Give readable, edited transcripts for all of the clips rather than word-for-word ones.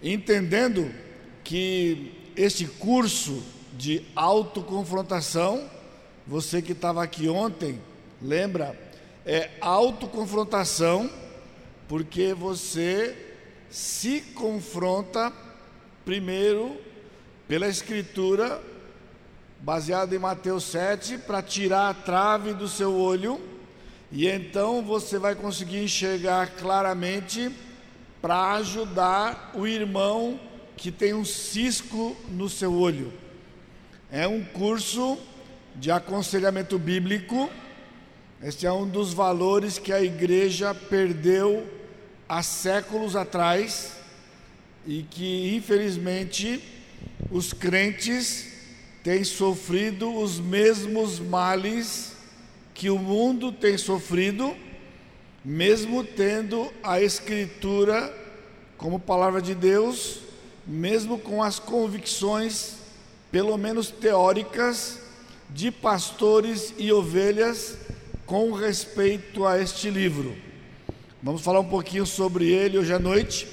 entendendo que este curso de autoconfrontação, você que estava aqui ontem, lembra? É autoconfrontação, porque você se confronta primeiro pela Escritura, baseada em Mateus 7, para tirar a trave do seu olho, e então você vai conseguir enxergar claramente para ajudar o irmão que tem um cisco no seu olho. É um curso de aconselhamento bíblico. Este é um dos valores que a igreja perdeu há séculos atrás e que, infelizmente, os crentes têm sofrido os mesmos males que o mundo tem sofrido, mesmo tendo a Escritura como palavra de Deus, mesmo com as convicções, pelo menos teóricas, de pastores e ovelhas com respeito a este livro. Vamos falar um pouquinho sobre ele hoje à noite.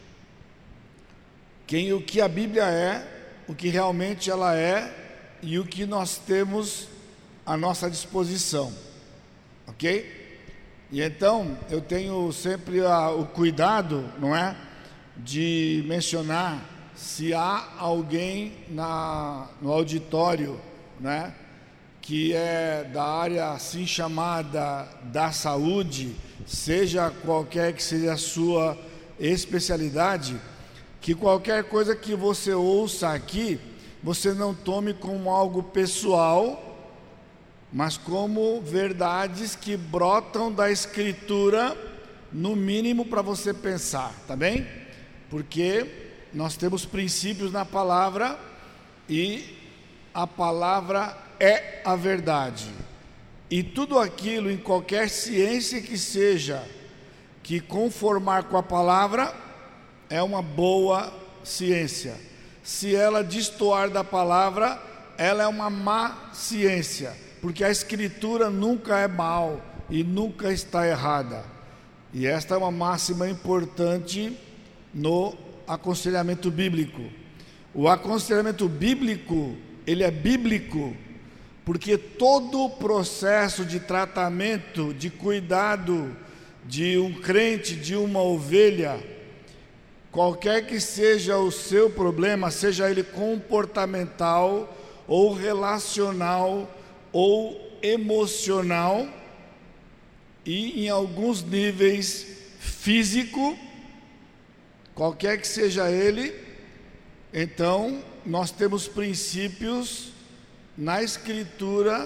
O que a Bíblia é, o que realmente ela é e o que nós temos à nossa disposição, ok? E então eu tenho sempre o cuidado, não é, de mencionar se há alguém no auditório, né, que é da área assim chamada da saúde, seja qualquer que seja a sua especialidade, que qualquer coisa que você ouça aqui, você não tome como algo pessoal, mas como verdades que brotam da Escritura, no mínimo para você pensar, tá bem? Porque nós temos princípios na palavra e a palavra é a verdade. E tudo aquilo, em qualquer ciência que seja, que conformar com a palavra, é uma boa ciência. Se ela destoar da palavra, ela é uma má ciência, porque a Escritura nunca é mal e nunca está errada. E esta é uma máxima importante no aconselhamento bíblico. O aconselhamento bíblico, ele é bíblico, porque todo o processo de tratamento, de cuidado de um crente, de uma ovelha, qualquer que seja o seu problema, seja ele comportamental, ou relacional, ou emocional, e em alguns níveis físico, qualquer que seja ele, então nós temos princípios na Escritura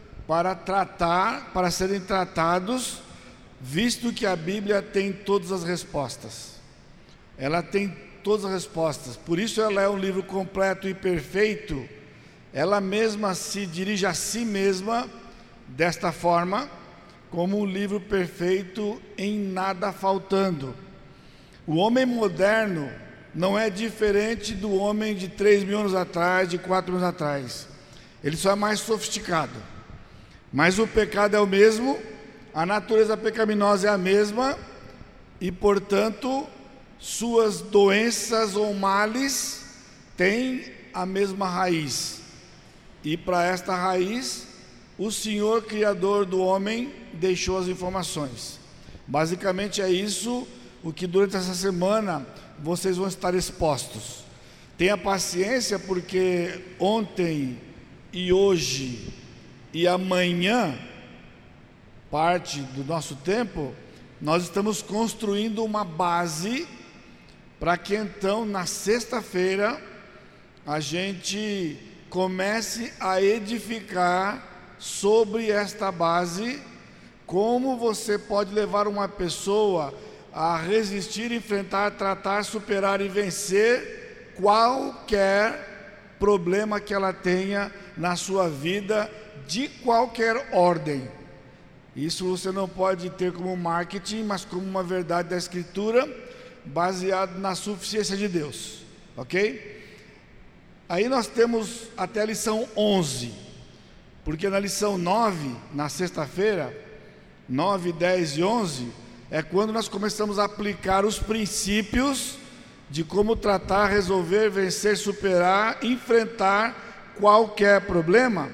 para serem tratados, visto que a Bíblia tem todas as respostas. Ela tem todas as respostas, por isso ela é um livro completo e perfeito. Ela mesma se dirige a si mesma desta forma, como um livro perfeito, em nada faltando. O homem moderno não é diferente do homem de 3.000 anos atrás, de 4.000 anos atrás. Ele só é mais sofisticado. Mas o pecado é o mesmo, a natureza pecaminosa é a mesma, e portanto suas doenças ou males têm a mesma raiz. E para esta raiz, o Senhor Criador do homem deixou as informações. Basicamente é isso o que durante essa semana vocês vão estar expostos. Tenha paciência, porque ontem e hoje e amanhã, parte do nosso tempo, nós estamos construindo uma base para que então na sexta-feira a gente comece a edificar sobre esta base como você pode levar uma pessoa a resistir, enfrentar, tratar, superar e vencer qualquer problema que ela tenha na sua vida, de qualquer ordem. Isso você não pode ter como marketing, mas como uma verdade da Escritura, baseado na suficiência de Deus, ok? Aí nós temos até a lição 11, porque na lição 9, na sexta-feira, 9, 10 e 11, é quando nós começamos a aplicar os princípios de como tratar, resolver, vencer, superar, enfrentar qualquer problema.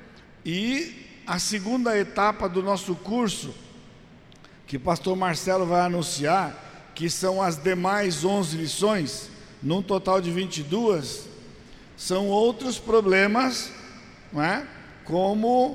E a segunda etapa do nosso curso, que o pastor Marcelo vai anunciar, que são as demais 11 lições, num total de 22, são outros problemas, não é? Como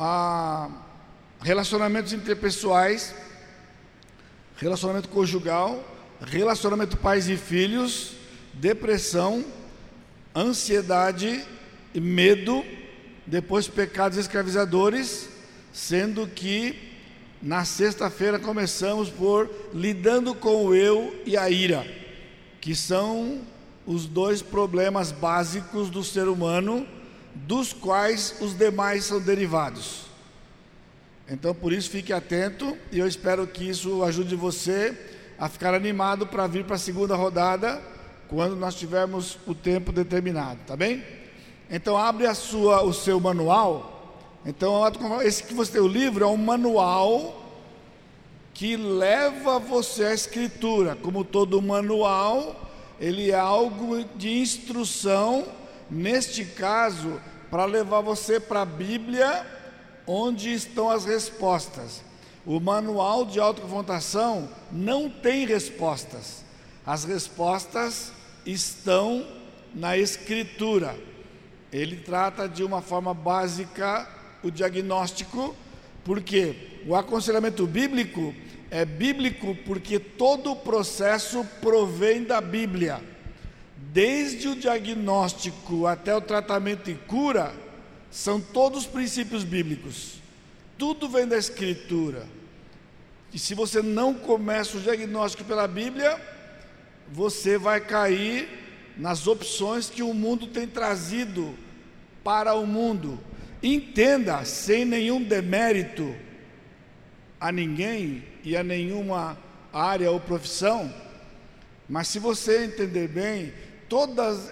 relacionamentos interpessoais, relacionamento conjugal, relacionamento pais e filhos, depressão, ansiedade e medo, depois pecados escravizadores, sendo que na sexta-feira começamos por lidando com o eu e a ira, que são os dois problemas básicos do ser humano, dos quais os demais são derivados. Então, por isso, fique atento, e eu espero que isso ajude você a ficar animado para vir para a segunda rodada, quando nós tivermos o tempo determinado, tá bem? Então, abre o seu manual. Então, esse que você tem, o livro, é um manual que leva você à escritura. Como todo manual, ele é algo de instrução, neste caso, para levar você para a Bíblia, onde estão as respostas. O manual de autoconfrontação não tem respostas. As respostas estão na Escritura. Ele trata de uma forma básica o diagnóstico, porque o aconselhamento bíblico é bíblico porque todo o processo provém da Bíblia. Desde o diagnóstico até o tratamento e cura, são todos princípios bíblicos. Tudo vem da Escritura. E se você não começa o diagnóstico pela Bíblia, você vai cair nas opções que o mundo tem trazido para o mundo. Entenda, sem nenhum demérito a ninguém e a nenhuma área ou profissão, mas se você entender bem, todas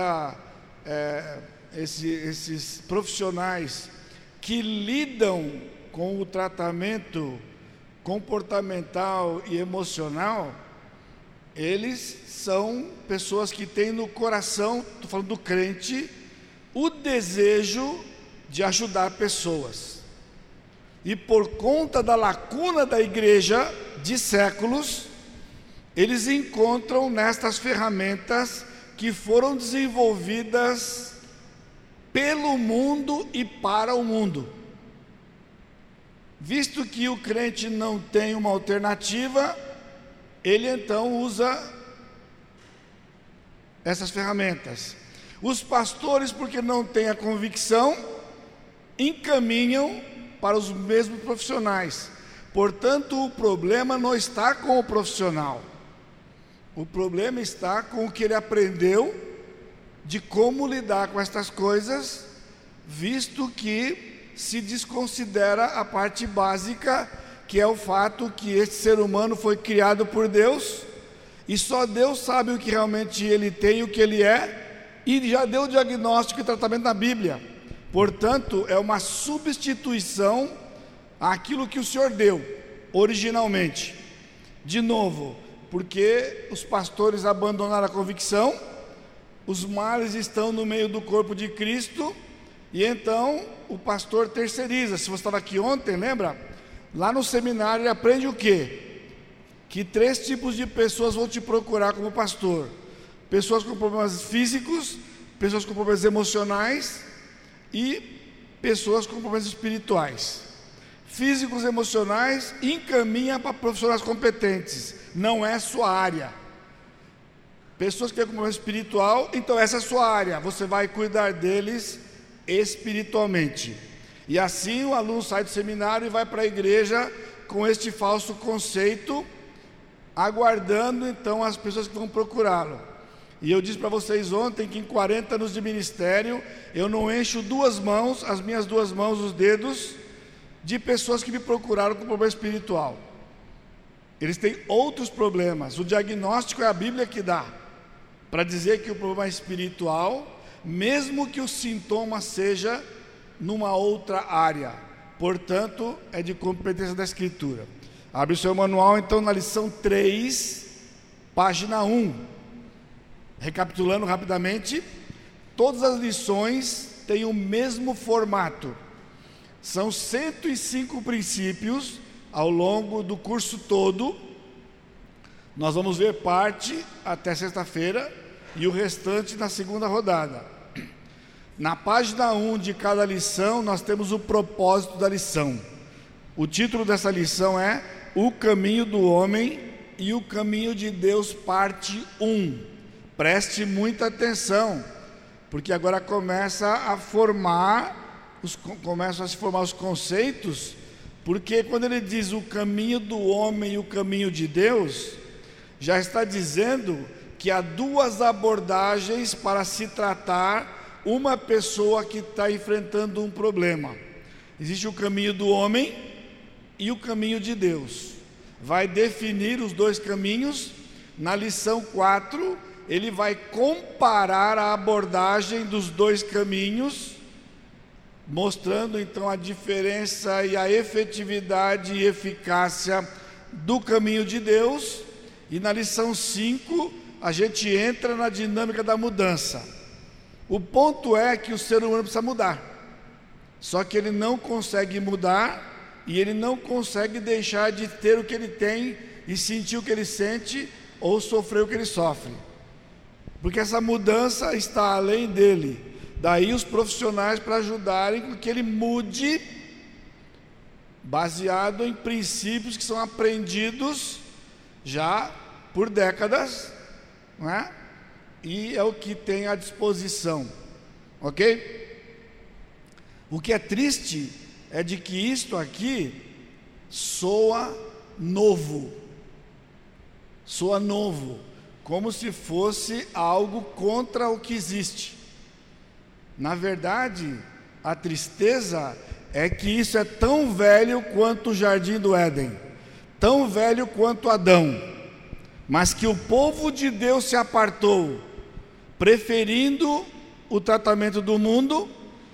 esses profissionais que lidam com o tratamento comportamental e emocional, eles são pessoas que têm no coração, estou falando do crente, o desejo de ajudar pessoas. E por conta da lacuna da igreja de séculos, eles encontram nestas ferramentas que foram desenvolvidas pelo mundo e para o mundo. Visto que o crente não tem uma alternativa, ele então usa essas ferramentas. Os pastores, porque não têm a convicção, encaminham para os mesmos profissionais. Portanto, o problema não está com o profissional. O problema está com o que ele aprendeu de como lidar com estas coisas, visto que se desconsidera a parte básica, que é o fato que este ser humano foi criado por Deus, e só Deus sabe o que realmente ele tem, o que ele é, e já deu o diagnóstico e tratamento na Bíblia. Portanto, é uma substituição àquilo que o Senhor deu originalmente. De novo, porque os pastores abandonaram a convicção, os males estão no meio do corpo de Cristo, e então o pastor terceiriza. Se você estava aqui ontem, lembra? Lá no seminário ele aprende o quê? Que 3 tipos de pessoas vão te procurar como pastor: pessoas com problemas físicos, pessoas com problemas emocionais e pessoas com problemas espirituais. Físicos e emocionais, encaminha para profissionais competentes, não é sua área. Pessoas que têm problema espiritual, então essa é a sua área, você vai cuidar deles espiritualmente. E assim o aluno sai do seminário e vai para a igreja com este falso conceito, aguardando então as pessoas que vão procurá-lo. E eu disse para vocês ontem que em 40 anos de ministério, eu não encho as minhas 2 mãos, os dedos, de pessoas que me procuraram com problema espiritual. Eles têm outros problemas. O diagnóstico é a Bíblia que dá, para dizer que o problema é espiritual, mesmo que o sintoma seja numa outra área. Portanto, é de competência da Escritura. Abre o seu manual então na lição 3, página 1. recapitulando rapidamente, todas as lições têm o mesmo formato. São 105 princípios ao longo do curso todo. Nós vamos ver parte até sexta-feira e o restante na segunda rodada. Na página 1 de cada lição, nós temos o propósito da lição. O título dessa lição é O Caminho do Homem e o Caminho de Deus, parte 1. Preste muita atenção, porque agora começam a se formar os conceitos, porque quando ele diz o caminho do homem e o caminho de Deus, já está dizendo que há duas abordagens para se tratar uma pessoa que está enfrentando um problema. Existe o caminho do homem e o caminho de Deus. Vai definir os dois caminhos. Na lição 4, ele vai comparar a abordagem dos dois caminhos, mostrando então a diferença e a efetividade e eficácia do caminho de Deus. E na lição 5, a gente entra na dinâmica da mudança. O ponto é que o ser humano precisa mudar, só que ele não consegue mudar e ele não consegue deixar de ter o que ele tem e sentir o que ele sente ou sofrer o que ele sofre, porque essa mudança está além dele. Daí os profissionais para ajudarem com que ele mude, baseado em princípios que são aprendidos já por décadas, não é? E é o que tem à disposição, ok? O que é triste é de que isto aqui soa novo, como se fosse algo contra o que existe. Na verdade, a tristeza é que isso é tão velho quanto o jardim do Éden, tão velho quanto Adão, mas que o povo de Deus se apartou, preferindo o tratamento do mundo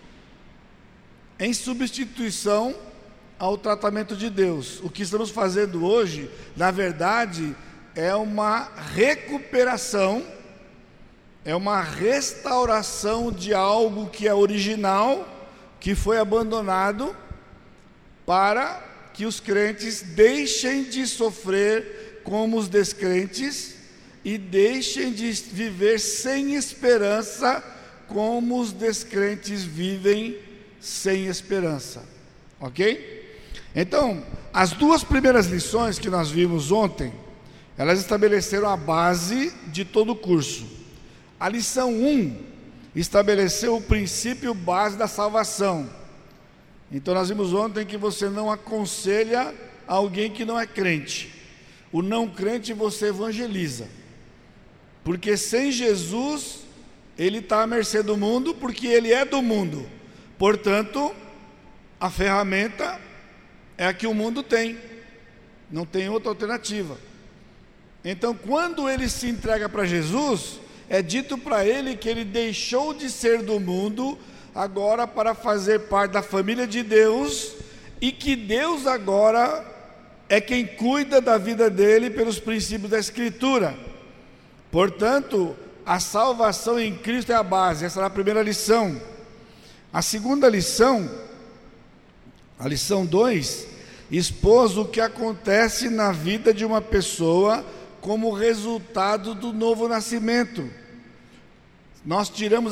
em substituição ao tratamento de Deus. O que estamos fazendo hoje, na verdade, é uma recuperação, é uma restauração de algo que é original, que foi abandonado, para que os crentes deixem de sofrer como os descrentes e deixem de viver sem esperança como os descrentes vivem sem esperança, ok? Então, as duas primeiras lições que nós vimos ontem, elas estabeleceram a base de todo o curso. A lição 1 estabeleceu o princípio base da salvação. Então nós vimos ontem que você não aconselha alguém que não é crente. O não crente você evangeliza, porque sem Jesus ele está à mercê do mundo, porque ele é do mundo. Portanto, a ferramenta é a que o mundo tem, não tem outra alternativa. Então, quando ele se entrega para Jesus, é dito para ele que ele deixou de ser do mundo agora para fazer parte da família de Deus, e que Deus agora é quem cuida da vida dele pelos princípios da Escritura. Portanto, a salvação em Cristo é a base. Essa é a primeira lição. A segunda lição, a lição 2, expôs o que acontece na vida de uma pessoa como resultado do novo nascimento. Nós tiramos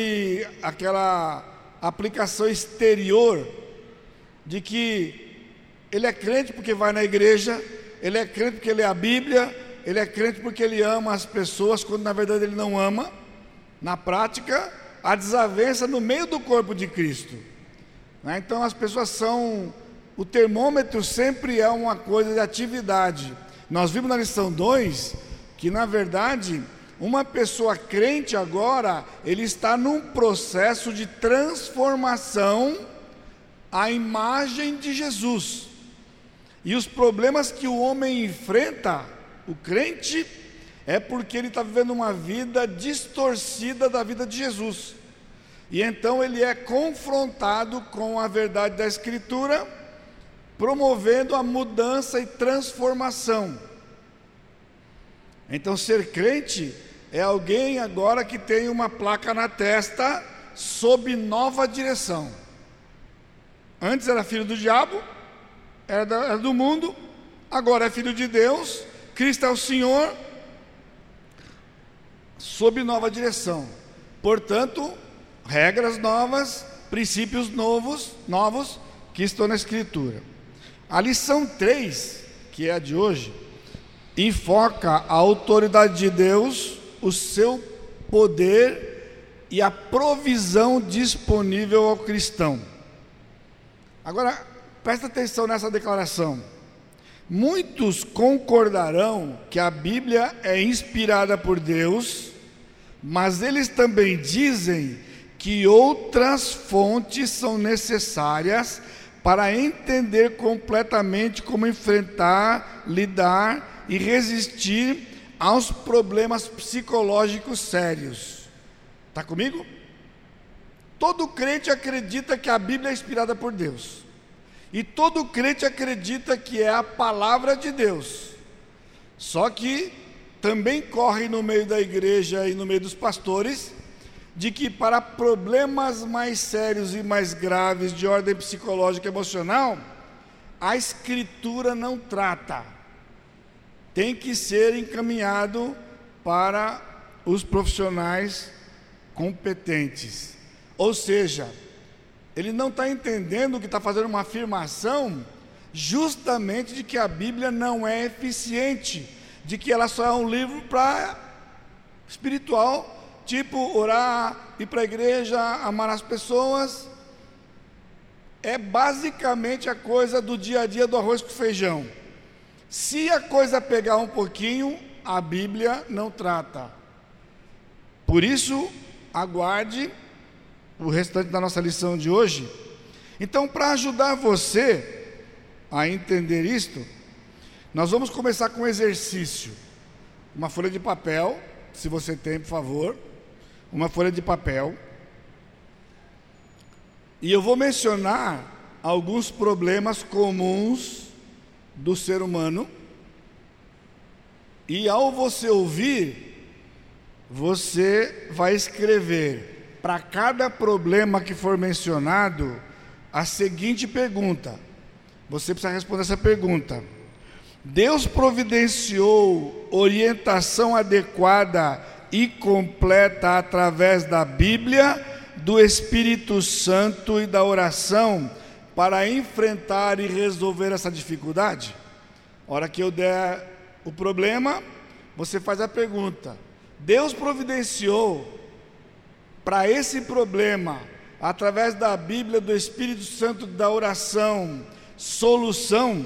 aquela aplicação exterior de que ele é crente porque vai na igreja, ele é crente porque lê a Bíblia, ele é crente porque ele ama as pessoas, quando na verdade ele não ama. Na prática, há desavença no meio do corpo de Cristo, né? Então as pessoas são... O termômetro sempre é uma coisa de atividade. Nós vimos na lição 2 que na verdade uma pessoa crente agora, ele está num processo de transformação à imagem de Jesus. E os problemas que o homem enfrenta, o crente, é porque ele está vivendo uma vida distorcida da vida de Jesus. E então ele é confrontado com a verdade da Escritura, promovendo a mudança e transformação. Então ser crente é alguém agora que tem uma placa na testa sob nova direção. Antes era filho do diabo, era do mundo, agora é filho de Deus, Cristo é o Senhor, sob nova direção. Portanto, regras novas, princípios novos que estão na Escritura. A lição 3, que é a de hoje, enfoca a autoridade de Deus, o seu poder e a provisão disponível ao cristão. Agora, presta atenção nessa declaração. Muitos concordarão que a Bíblia é inspirada por Deus, mas eles também dizem que outras fontes são necessárias para entender completamente como enfrentar, lidar e resistir aos problemas psicológicos sérios. Está comigo? Todo crente acredita que a Bíblia é inspirada por Deus. E todo crente acredita que é a palavra de Deus. Só que também corre no meio da igreja e no meio dos pastores de que para problemas mais sérios e mais graves de ordem psicológica e emocional, a Escritura não trata. Tem que ser encaminhado para os profissionais competentes. Ou seja, ele não está entendendo que está fazendo uma afirmação justamente de que a Bíblia não é eficiente, de que ela só é um livro para espiritual, tipo orar, ir para a igreja, amar as pessoas. É basicamente a coisa do dia a dia do arroz com feijão. Se a coisa pegar um pouquinho, a Bíblia não trata. Por isso, aguarde o restante da nossa lição de hoje. Então, para ajudar você a entender isto, nós vamos começar com um exercício. Uma folha de papel, se você tem, por favor. Uma folha de papel. E eu vou mencionar alguns problemas comuns do ser humano. E ao você ouvir, você vai escrever para cada problema que for mencionado a seguinte pergunta. Você precisa responder essa pergunta: Deus providenciou orientação adequada e completa através da Bíblia, do Espírito Santo e da oração para enfrentar e resolver essa dificuldade? A hora que eu der o problema, você faz a pergunta: Deus providenciou para esse problema, através da Bíblia, do Espírito Santo, da oração, solução?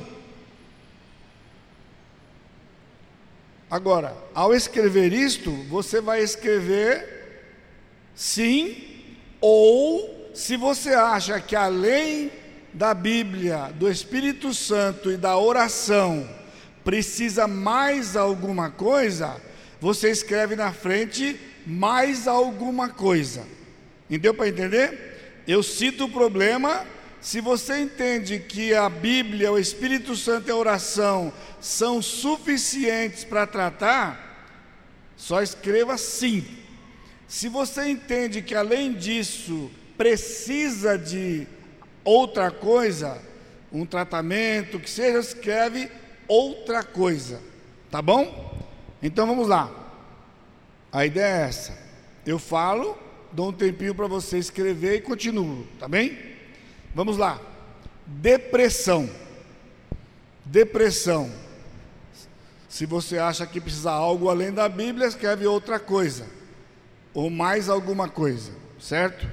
Agora, ao escrever isto, você vai escrever sim, ou se você acha que além da Bíblia, do Espírito Santo e da oração, precisa mais alguma coisa, você escreve na frente mais alguma coisa. Deu para entender? Eu cito o problema. Se você entende que a Bíblia, o Espírito Santo e a oração são suficientes para tratar, só escreva sim. Se você entende que além disso precisa de outra coisa, um tratamento, que seja, escreve outra coisa. Tá bom? Então vamos lá. A ideia é essa. Eu falo, dou um tempinho para você escrever e continuo, tá bem? Vamos lá. Depressão. Depressão. Se você acha que precisa algo além da Bíblia, escreve outra coisa, ou mais alguma coisa, certo?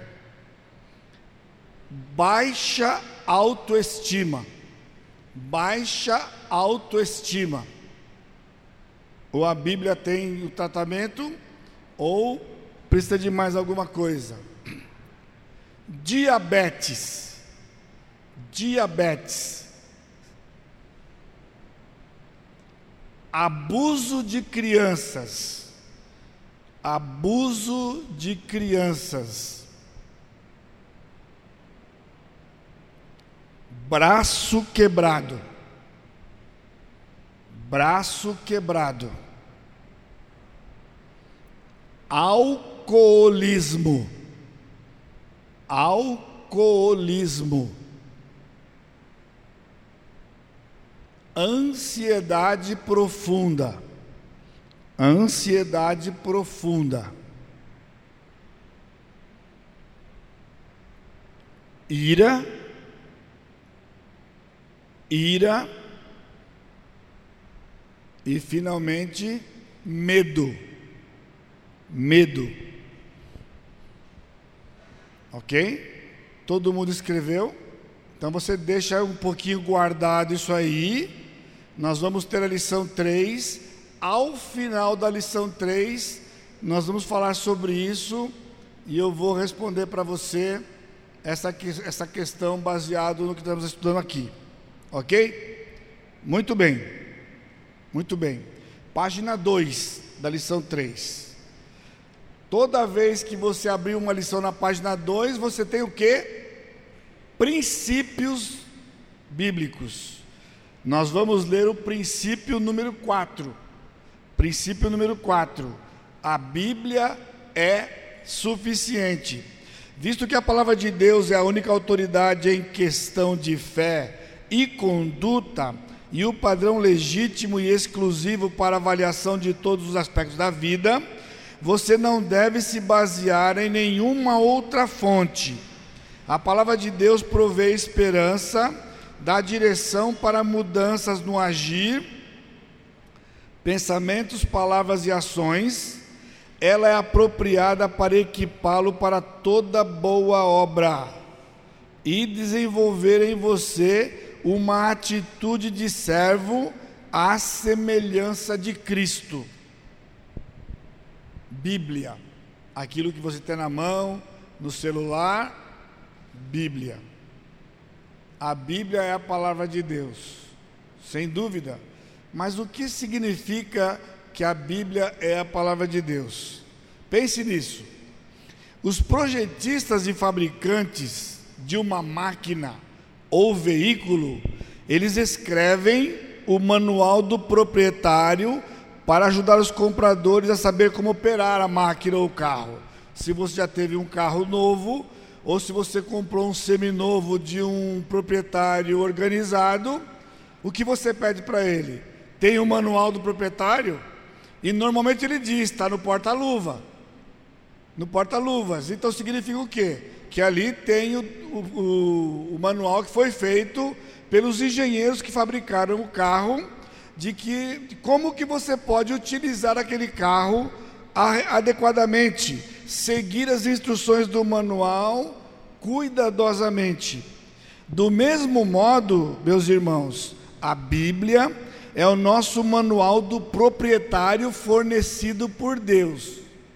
Baixa autoestima. Baixa autoestima. Ou a Bíblia tem o tratamento, ou precisa de mais alguma coisa. Diabetes. Diabetes. Abuso de crianças. Abuso de crianças. Braço quebrado. Braço quebrado. alcoolismo. Alcoolismo. Ansiedade profunda. Ansiedade profunda. Ira. Ira. E finalmente, medo. Medo. Ok? Todo mundo escreveu? Então você deixa um pouquinho guardado isso aí. Nós vamos ter a lição 3. Ao final da lição 3, nós vamos falar sobre isso. E eu vou responder para você essa questão baseado no que estamos estudando aqui. Ok? Muito bem. Muito bem. Página 2 da lição 3. Toda vez que você abrir uma lição na página 2, você tem o quê? Princípios bíblicos. Nós vamos ler o princípio número 4. Princípio número 4. A Bíblia é suficiente. Visto que a palavra de Deus é a única autoridade em questão de fé e conduta, e o padrão legítimo e exclusivo para avaliação de todos os aspectos da vida, você não deve se basear em nenhuma outra fonte. A palavra de Deus provê esperança, dá direção para mudanças no agir, pensamentos, palavras e ações. Ela é apropriada para equipá-lo para toda boa obra e desenvolver em você uma atitude de servo à semelhança de Cristo. Bíblia, aquilo que você tem na mão, no celular, Bíblia. A Bíblia é a palavra de Deus, sem dúvida. Mas o que significa que a Bíblia é a palavra de Deus? Pense nisso. Os projetistas e fabricantes de uma máquina ou veículo, eles escrevem o manual do proprietário para ajudar os compradores a saber como operar a máquina ou o carro. Se você já teve um carro novo, ou se você comprou um seminovo de um proprietário organizado, o que você pede para ele? Tem o manual do proprietário? E normalmente ele diz, está no porta-luva. No porta-luvas. Então significa o quê? Que ali tem o manual que foi feito pelos engenheiros que fabricaram o carro, de como que você pode utilizar aquele carro adequadamente, seguir as instruções do manual cuidadosamente. Do mesmo modo, meus irmãos, a Bíblia é o nosso manual do proprietário fornecido por Deus.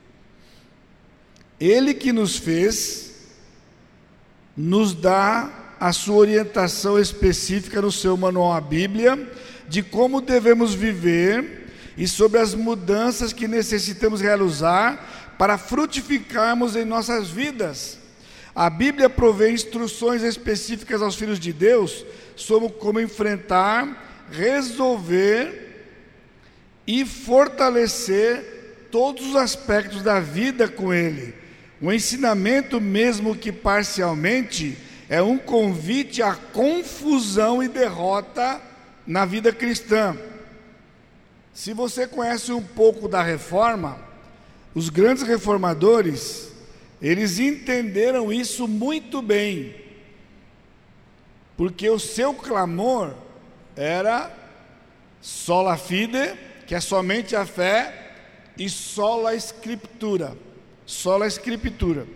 Ele que nos fez, nos dá a sua orientação específica no seu manual, a Bíblia, de como devemos viver e sobre as mudanças que necessitamos realizar para frutificarmos em nossas vidas. A Bíblia provê instruções específicas aos filhos de Deus sobre como enfrentar, resolver e fortalecer todos os aspectos da vida com Ele. O ensinamento, mesmo que parcialmente, é um convite à confusão e derrota na vida cristã. Se você conhece um pouco da reforma, os grandes reformadores, eles entenderam isso muito bem, porque o seu clamor era sola fide, que é somente a fé, e sola scriptura, sola escritura.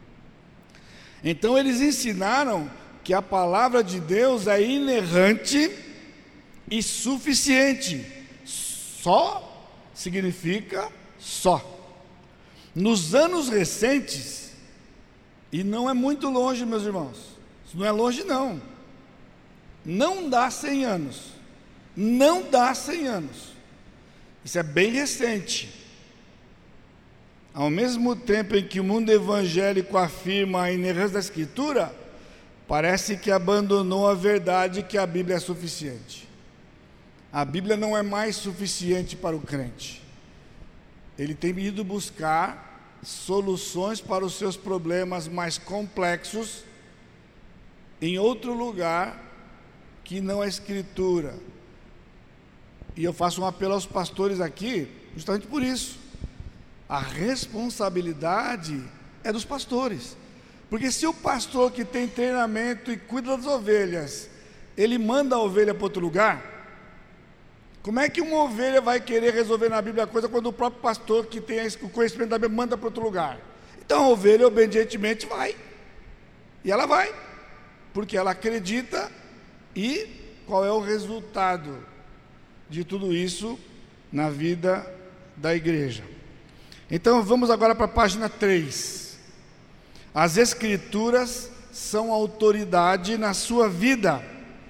Então eles ensinaram que a palavra de Deus é inerrante e suficiente. Só significa só. Nos anos recentes, e não é muito longe, meus irmãos, isso não é longe não, não dá 100 anos, não dá 100 anos, isso é bem recente. Ao mesmo tempo em que o mundo evangélico afirma a inerrância da Escritura, parece que abandonou a verdade que a Bíblia é suficiente. A Bíblia não é mais suficiente para o crente. Ele tem ido buscar soluções para os seus problemas mais complexos em outro lugar que não a Escritura. E eu faço um apelo aos pastores aqui, justamente por isso. A responsabilidade é dos pastores. Porque se o pastor que tem treinamento e cuida das ovelhas, ele manda a ovelha para outro lugar, como é que uma ovelha vai querer resolver na Bíblia a coisa quando o próprio pastor que tem o conhecimento da Bíblia manda para outro lugar? Então a ovelha obedientemente vai. E ela vai, porque ela acredita. E qual é o resultado de tudo isso na vida da igreja? Então vamos agora para a página 3. As Escrituras são autoridade na sua vida.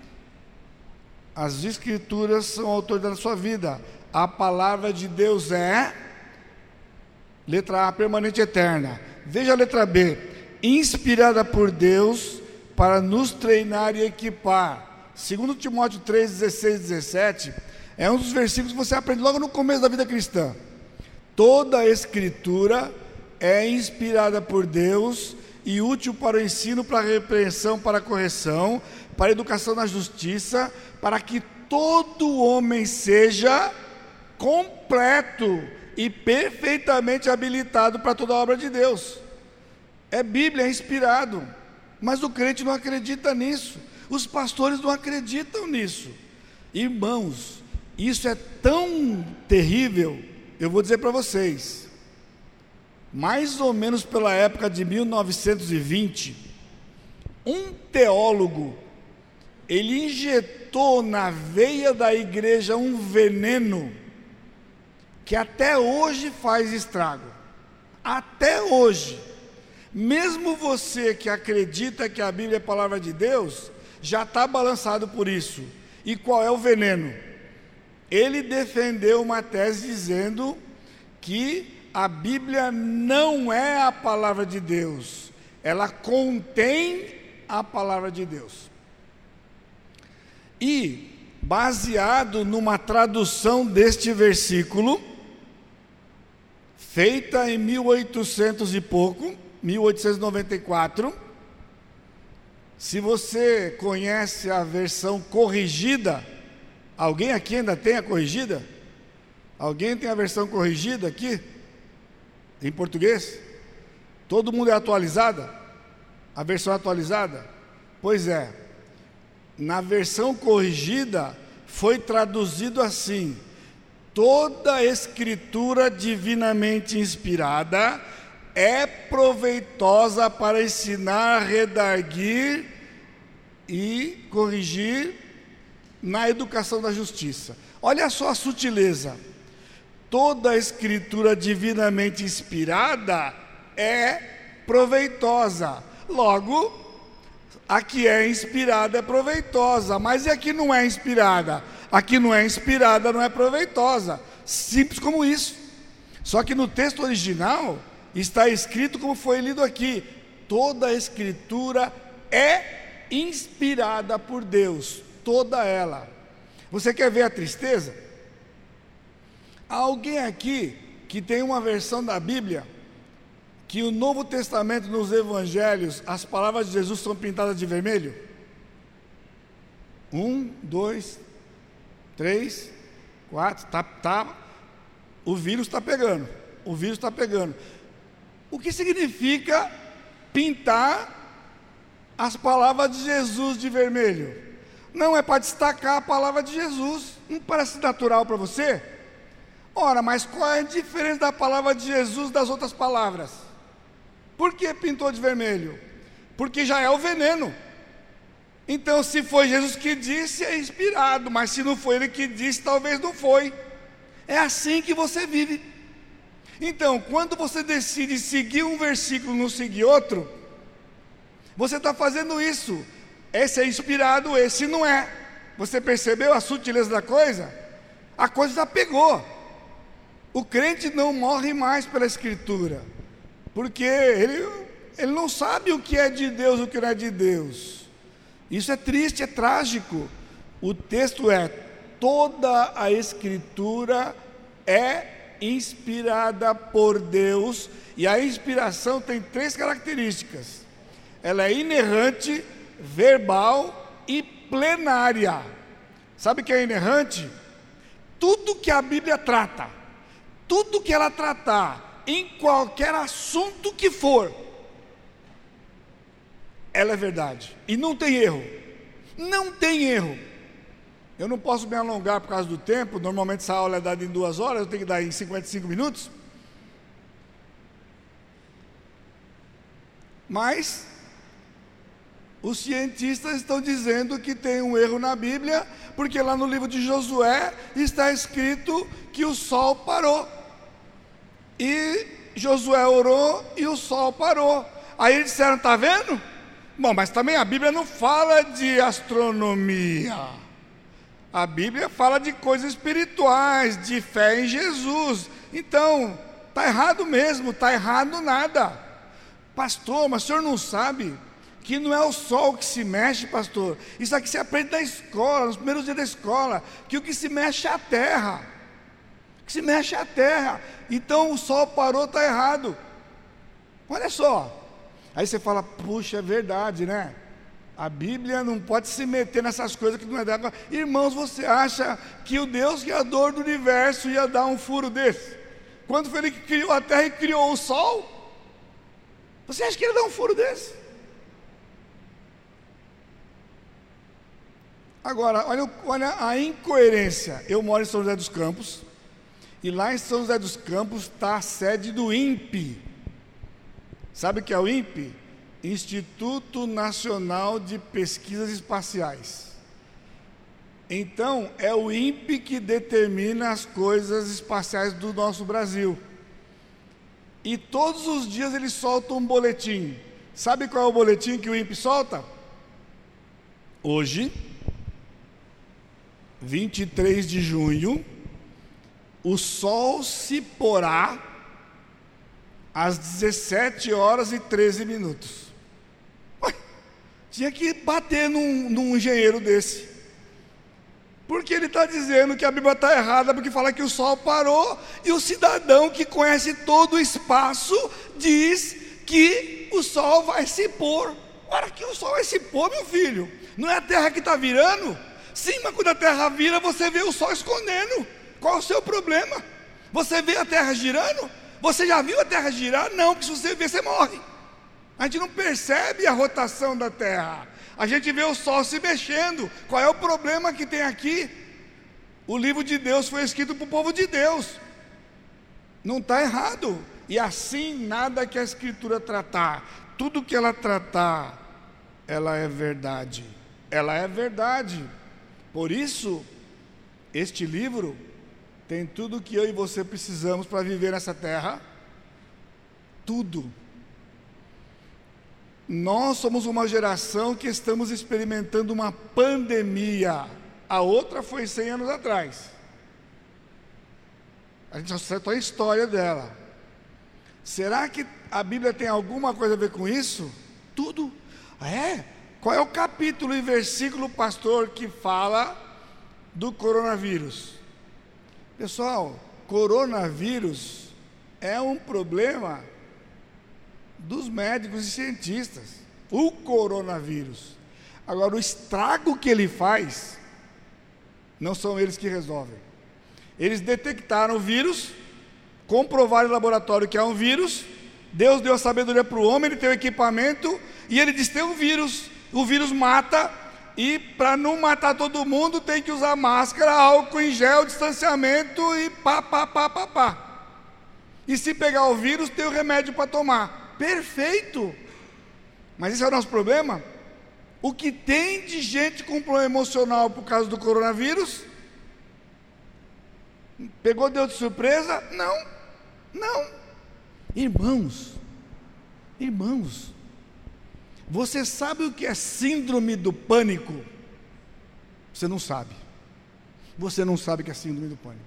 As Escrituras são autoridade na sua vida. A palavra de Deus é, letra A, permanente e eterna. Veja a letra B, inspirada por Deus para nos treinar e equipar. 2 Timóteo 3, 16 e 17, é um dos versículos que você aprende logo no começo da vida cristã. Toda a Escritura é inspirada por Deus e útil para o ensino, para a repreensão, para a correção, para a educação na justiça, para que todo homem seja completo e perfeitamente habilitado para toda a obra de Deus. É Bíblia, é inspirado, mas o crente não acredita nisso, os pastores não acreditam nisso. Irmãos, isso é tão terrível, eu vou dizer para vocês. Mais ou menos pela época de 1920, um teólogo, ele injetou na veia da igreja um veneno que até hoje faz estrago. Até hoje. Mesmo você que acredita que a Bíblia é a palavra de Deus, já está balançado por isso. E qual é o veneno? Ele defendeu uma tese dizendo que a Bíblia não é a palavra de Deus, ela contém a palavra de Deus. E, baseado numa tradução deste versículo, feita em 1800 e pouco, 1894, se você conhece a versão corrigida, alguém aqui ainda tem a corrigida? Alguém tem a versão corrigida aqui? Em português? Todo mundo é atualizada? A versão atualizada? Pois é, na versão corrigida foi traduzido assim: toda a Escritura divinamente inspirada é proveitosa para ensinar, redarguir e corrigir na educação da justiça. Olha só a sutileza. Toda a Escritura divinamente inspirada é proveitosa. Logo, a que é inspirada é proveitosa. Mas e a que não é inspirada? A que não é inspirada não é proveitosa. Simples como isso. Só que no texto original está escrito como foi lido aqui: toda a Escritura é inspirada por Deus. Toda ela. Você quer ver a tristeza? Há alguém aqui que tem uma versão da Bíblia que o Novo Testamento, nos Evangelhos, as palavras de Jesus são pintadas de vermelho? 1, 2, 3, 4, o vírus está pegando. O vírus está pegando. O que significa pintar as palavras de Jesus de vermelho? Não é para destacar a palavra de Jesus. Não parece natural para você? Ora, mas qual é a diferença da palavra de Jesus das outras palavras? Por que pintou de vermelho? Porque já é o veneno. Então, se foi Jesus que disse, é inspirado, mas se não foi Ele que disse, talvez não foi. É assim que você vive. Então, quando você decide seguir um versículo e não seguir outro, você está fazendo isso. Esse é inspirado, esse não é. Você percebeu a sutileza da coisa? A coisa já pegou. O crente não morre mais pela Escritura, porque ele não sabe o que é de Deus e o que não é de Deus. Isso é triste, é trágico. O texto é: toda a Escritura é inspirada por Deus, e a inspiração tem 3 características: ela é inerrante, verbal e plenária. Sabe o que é inerrante? Tudo que a Bíblia trata, tudo que ela tratar, em qualquer assunto que for, ela é verdade, e não tem erro, não tem erro. Eu não posso me alongar por causa do tempo, normalmente essa aula é dada em 2 horas, eu tenho que dar em 55 minutos, mas os cientistas estão dizendo que tem um erro na Bíblia, porque lá no livro de Josué está escrito que o sol parou, e Josué orou e o sol parou. Aí eles disseram: está vendo? Bom, mas também a Bíblia não fala de astronomia, a Bíblia fala de coisas espirituais, de fé em Jesus. Então, está errado mesmo, está errado nada. Pastor, mas o senhor não sabe que não é o sol que se mexe, pastor? Isso aqui se aprende na escola, nos primeiros dias da escola, que o que se mexe é a terra, que se mexe é a terra. Então o sol parou, está errado. Olha só, aí você fala: puxa, é verdade, né? A Bíblia não pode se meter nessas coisas que não é dela. Irmãos, você acha que o Deus criador do universo ia dar um furo desse? Quando foi ele que criou a terra e criou o sol? Você acha que ele ia dar um furo desse? Agora, olha a incoerência. Eu moro em São José dos Campos, e lá em São José dos Campos está a sede do INPE. Sabe o que é o INPE? Instituto Nacional de Pesquisas Espaciais. Então, é o INPE que determina as coisas espaciais do nosso Brasil. E todos os dias eles soltam um boletim. Sabe qual é o boletim que o INPE solta? Hoje, 23 de junho, o sol se porá às 17 horas e 13 minutos. Ué, tinha que bater num engenheiro desse, porque ele está dizendo que a Bíblia está errada, porque fala que o sol parou, e o cidadão que conhece todo o espaço diz que o sol vai se pôr. Ora, que o sol vai se pôr, meu filho? Não é a terra que está virando? Sim, mas quando a terra vira, você vê o sol escondendo. Qual é o seu problema? Você vê a terra girando? Você já viu a terra girar? Não, porque se você ver, você morre. A gente não percebe a rotação da terra, a gente vê o sol se mexendo. Qual é o problema que tem aqui? O livro de Deus foi escrito para o povo de Deus, não está errado. E assim, nada que a Escritura tratar, tudo que ela tratar, ela é verdade, ela é verdade. Por isso, este livro tem tudo que eu e você precisamos para viver nessa terra, tudo. Nós somos uma geração que estamos experimentando uma pandemia, a outra foi 100 anos atrás, a gente só tem a história dela. Será que a Bíblia tem alguma coisa a ver com isso? Tudo. Qual é o capítulo e versículo, pastor, que fala do coronavírus? Pessoal, coronavírus é um problema dos médicos e cientistas, o coronavírus. Agora, o estrago que ele faz, não são eles que resolvem. Eles detectaram o vírus, comprovaram em laboratório que é um vírus, Deus deu a sabedoria para o homem, ele tem o equipamento, e ele diz: tem um vírus, o vírus mata, e para não matar todo mundo, tem que usar máscara, álcool em gel, distanciamento e pá. E se pegar o vírus, tem o remédio para tomar. Perfeito! Mas esse é o nosso problema. O que tem de gente com problema emocional por causa do coronavírus? Pegou Deus de surpresa? Não. Irmãos, você sabe o que é síndrome do pânico? Você não sabe. Você não sabe o que é síndrome do pânico.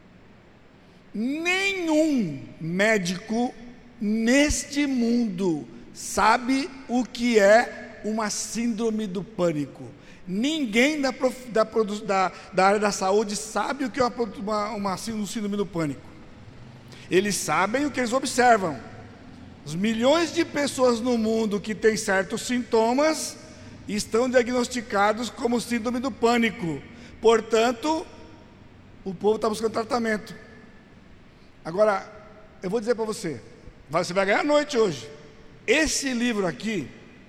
Nenhum médico neste mundo sabe o que é uma síndrome do pânico. Ninguém da área da saúde sabe o que é uma síndrome do pânico. Eles sabem o que eles observam. Os milhões de pessoas no mundo que têm certos sintomas estão diagnosticados como síndrome do pânico. Portanto, o povo está buscando tratamento. Agora, eu vou dizer para você, você vai ganhar a noite hoje. Esse livro aqui,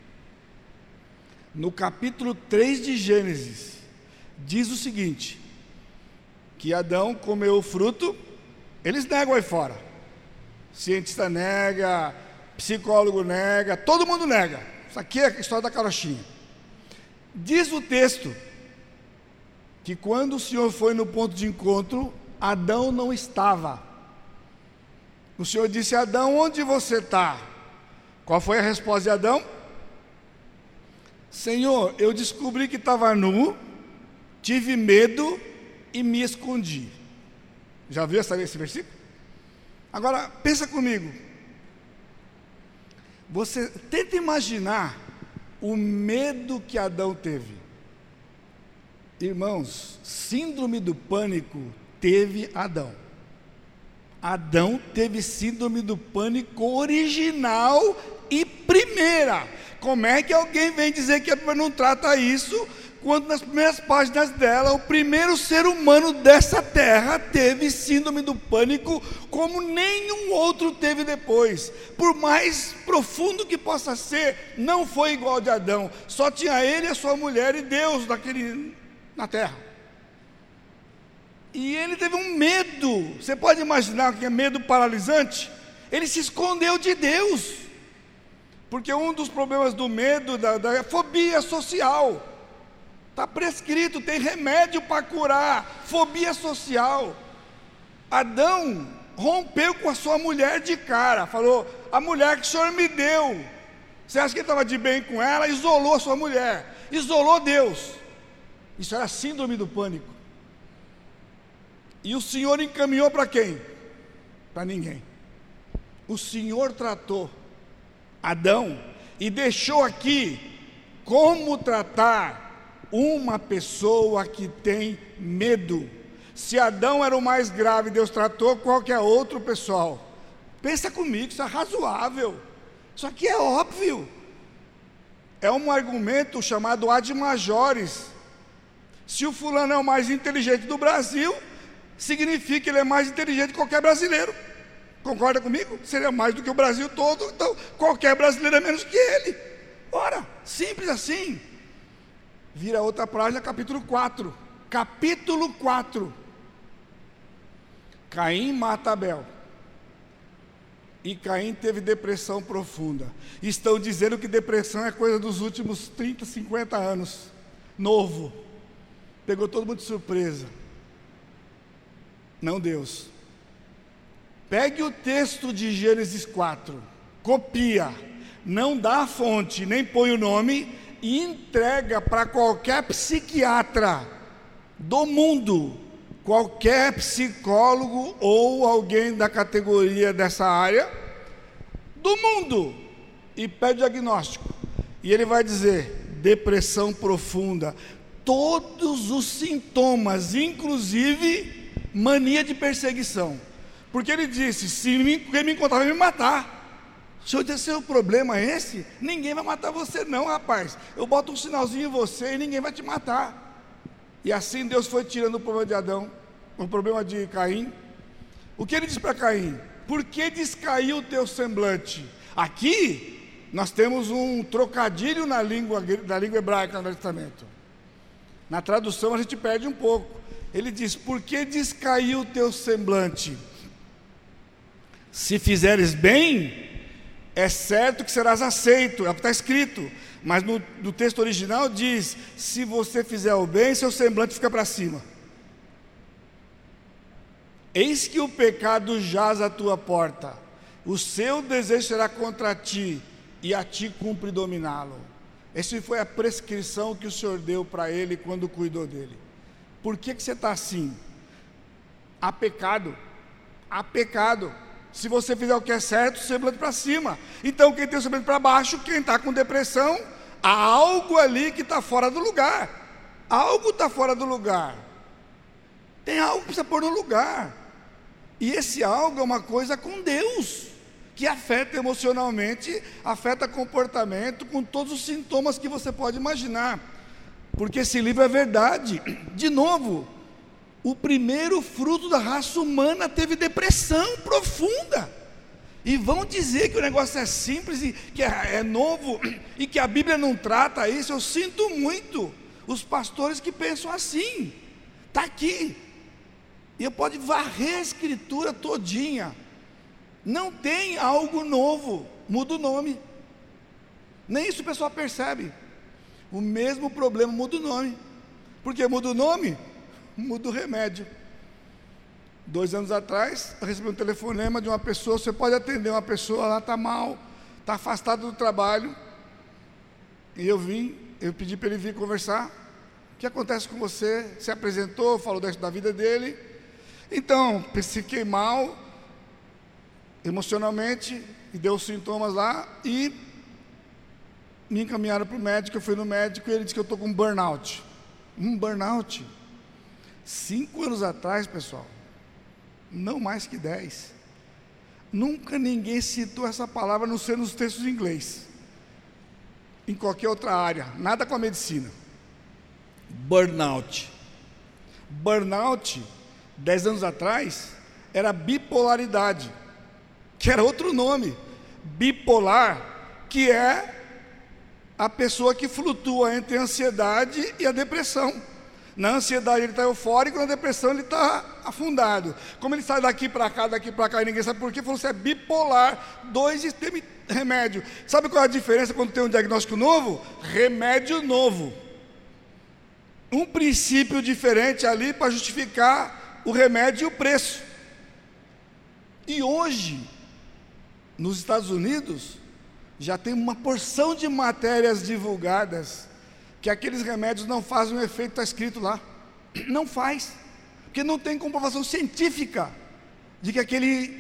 no capítulo 3 de Gênesis, diz o seguinte: que Adão comeu o fruto. Eles negam aí fora. Cientista nega, psicólogo nega, todo mundo nega. Isso aqui é a história da carochinha. Diz o texto que quando o Senhor foi no ponto de encontro, Adão não estava. O Senhor disse: Adão, onde você está? Qual foi a resposta de Adão? Senhor, eu descobri que estava nu, tive medo e me escondi. Já viu esse versículo? Agora, pensa comigo. Você tenta imaginar o medo que Adão teve. Irmãos, síndrome do pânico teve Adão. Adão teve síndrome do pânico original e primeira. Como é que alguém vem dizer que a Bíblia não trata isso, quando nas primeiras páginas dela, o primeiro ser humano dessa terra teve síndrome do pânico como nenhum outro teve depois? Por mais profundo que possa ser, não foi igual de Adão. Só tinha ele, a sua mulher e Deus na terra. E ele teve um medo. Você pode imaginar o que é medo paralisante? Ele se escondeu de Deus. Porque um dos problemas do medo, da fobia social, está prescrito, tem remédio para curar, fobia social. Adão rompeu com a sua mulher de cara, falou: a mulher que o Senhor me deu. Você acha que ele estava de bem com ela? Isolou a sua mulher, isolou Deus. Isso era síndrome do pânico. E o Senhor encaminhou para quem? Para ninguém. O Senhor tratou Adão e deixou aqui como tratar uma pessoa que tem medo. Se Adão era o mais grave, Deus tratou qualquer outro, pessoal. Pensa comigo, isso é razoável. Isso aqui é óbvio. É um argumento chamado ad majores. Se o fulano é o mais inteligente do Brasil, significa que ele é mais inteligente que qualquer brasileiro. Concorda comigo? Seria mais do que o Brasil todo, então qualquer brasileiro é menos que ele. Ora, simples assim. Vira outra página, capítulo 4. Capítulo 4. Caim mata Abel. E Caim teve depressão profunda. Estão dizendo que depressão é coisa dos últimos 30, 50 anos. Novo. Pegou todo mundo de surpresa. Não Deus. Pegue o texto de Gênesis 4, copia, não dá a fonte, nem põe o nome, e entrega para qualquer psiquiatra do mundo, qualquer psicólogo ou alguém da categoria dessa área do mundo, e pede diagnóstico. E ele vai dizer: depressão profunda, todos os sintomas, inclusive mania de perseguição. Porque ele disse: se quem me encontrar vai me matar. Se eu disser o problema é esse, ninguém vai matar você não, rapaz. Eu boto um sinalzinho em você e ninguém vai te matar. E assim Deus foi tirando o problema de Adão, o problema de Caim. O que ele disse para Caim? Por que descaiu o teu semblante? Aqui nós temos um trocadilho da língua hebraica no Velho Testamento. Na tradução a gente perde um pouco. Ele diz: por que descaiu o teu semblante? Se fizeres bem, é certo que serás aceito, é o que está escrito. Mas no texto original diz: se você fizer o bem, seu semblante fica para cima. Eis que o pecado jaz à tua porta, o seu desejo será contra ti, e a ti cumpre dominá-lo. Essa foi a prescrição que o Senhor deu para ele quando cuidou dele. Por que você está assim? Há pecado. Há pecado. Se você fizer o que é certo, o semblante para cima. Então quem tem o semblante para baixo, quem está com depressão, há algo ali que está fora do lugar. Algo está fora do lugar. Tem algo que precisa pôr no lugar. E esse algo é uma coisa com Deus, que afeta emocionalmente, afeta comportamento, com todos os sintomas que você pode imaginar, porque esse livro é verdade. De novo, o primeiro fruto da raça humana teve depressão profunda, e vão dizer que o negócio é simples, e que é novo, e que a Bíblia não trata isso. Eu sinto muito os pastores que pensam assim. Está aqui, e eu pode varrer a escritura todinha, não tem algo novo, muda o nome, nem isso o pessoal percebe. O mesmo problema, muda o nome. Porque muda o nome, muda o remédio. 2 anos atrás, eu recebi um telefonema de uma pessoa. Você pode atender uma pessoa, ela está mal, está afastada do trabalho, e eu pedi para ele vir conversar. O que acontece com você? Se apresentou, falou da vida dele. Então, fiquei mal emocionalmente, e deu sintomas lá, e me encaminharam para o médico. Eu fui no médico e ele disse que eu estou com burnout. Burnout? 5 anos atrás, pessoal, não mais que 10, nunca ninguém citou essa palavra, a não ser nos textos em inglês, em qualquer outra área, nada com a medicina. Burnout. Burnout, 10 anos atrás, era bipolaridade, que era outro nome. Bipolar, que é a pessoa que flutua entre a ansiedade e a depressão. Na ansiedade ele está eufórico, na depressão ele está afundado. Como ele sai daqui para cá, e ninguém sabe por quê, falou: você é bipolar 2 e tem remédio. Sabe qual é a diferença quando tem um diagnóstico novo? Remédio novo. Um princípio diferente ali para justificar o remédio e o preço. E hoje, nos Estados Unidos, já tem uma porção de matérias divulgadas que aqueles remédios não fazem o efeito que está escrito lá. Não faz, porque não tem comprovação científica de que aquele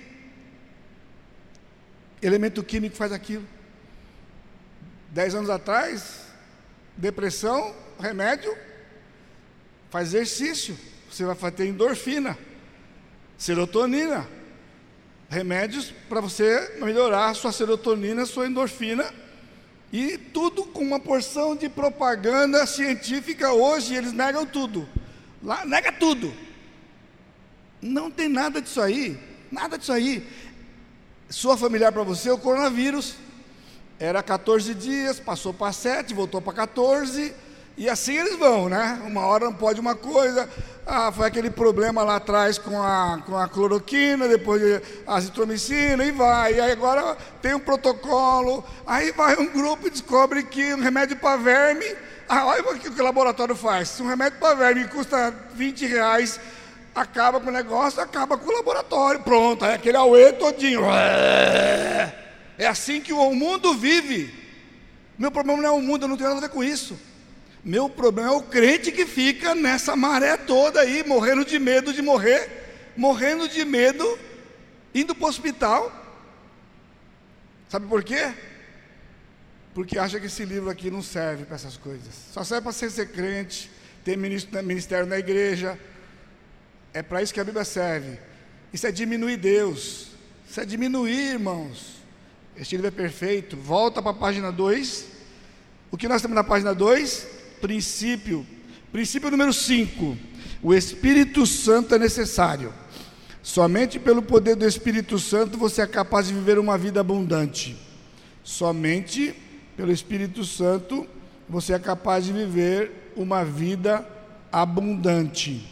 elemento químico faz aquilo. 10 anos atrás, depressão, remédio, faz exercício, você vai ter endorfina, serotonina, remédios para você melhorar a sua serotonina, a sua endorfina, e tudo com uma porção de propaganda científica. Hoje eles negam tudo, lá nega tudo, não tem nada disso aí, nada disso aí. Sua familiar para você é o coronavírus, era 14 dias, passou para 7, voltou para 14, e assim eles vão, né? Uma hora não pode uma coisa, foi aquele problema lá atrás com a cloroquina, depois a azitromicina, e vai. E aí agora tem um protocolo, aí vai um grupo e descobre que um remédio para verme, olha o que o laboratório faz. Se um remédio para verme custa R$20, acaba com o negócio, acaba com o laboratório, pronto, aí aquele auê todinho. É assim que o mundo vive. Meu problema não é o mundo, eu não tenho nada a ver com isso. Meu problema é o crente que fica nessa maré toda aí, morrendo de medo de morrer, morrendo de medo, indo para o hospital. Sabe por quê? Porque acha que esse livro aqui não serve para essas coisas. Só serve para ser crente, ter ministério na igreja. É para isso que a Bíblia serve. Isso é diminuir Deus. Isso é diminuir, irmãos. Este livro é perfeito. Volta para a página 2. O que nós temos na página 2? Princípio número 5. O Espírito Santo é necessário. Somente pelo poder do Espírito Santo você é capaz de viver uma vida abundante. Somente pelo Espírito Santo você é capaz de viver uma vida abundante.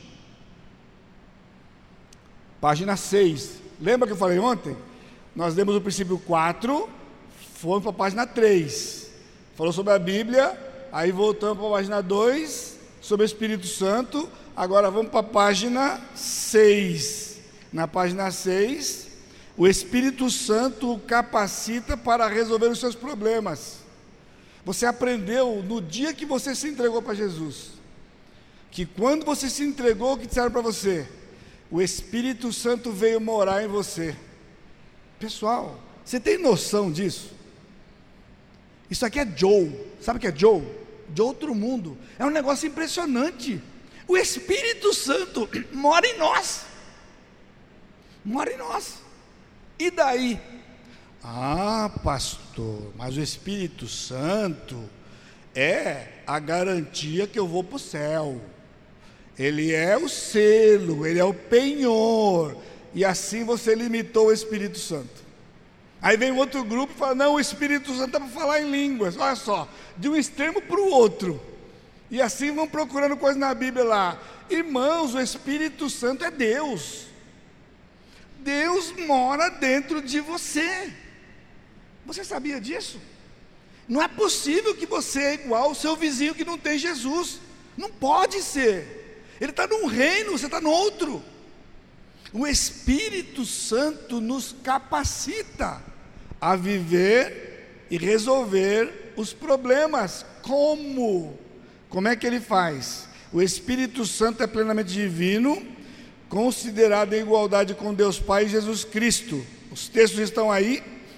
Página 6. Lembra que eu falei ontem? Nós lemos o princípio 4, fomos para a página 3. Falou sobre a Bíblia. Aí voltamos para a página 2, sobre o Espírito Santo. Agora vamos para a página 6. Na página 6, o Espírito Santo o capacita para resolver os seus problemas. Você aprendeu no dia que você se entregou para Jesus, que quando você se entregou, o que disseram para você? O Espírito Santo veio morar em você. Pessoal, você tem noção disso? Isso aqui é Joe. Sabe o que é Joe? De outro mundo. É um negócio impressionante. O Espírito Santo mora em nós. mora em nós. E daí? Ah, pastor, mas o Espírito Santo é a garantia que eu vou para o céu. Ele é o selo, ele é o penhor. E assim você limitou o Espírito Santo. Aí vem outro grupo e fala, não, o Espírito Santo é para falar em línguas. Olha só, de um extremo para o outro. E assim vão procurando coisas na Bíblia lá. Irmãos, o Espírito Santo é Deus. Deus mora dentro de você. Você sabia disso? Não é possível que você é igual ao seu vizinho que não tem Jesus. Não pode ser. Ele está num reino, você está no outro. O Espírito Santo nos capacita a viver e resolver os problemas. Como? Como é que ele faz? O Espírito Santo é plenamente divino, considerado em igualdade com Deus Pai e Jesus Cristo. Os textos estão aí.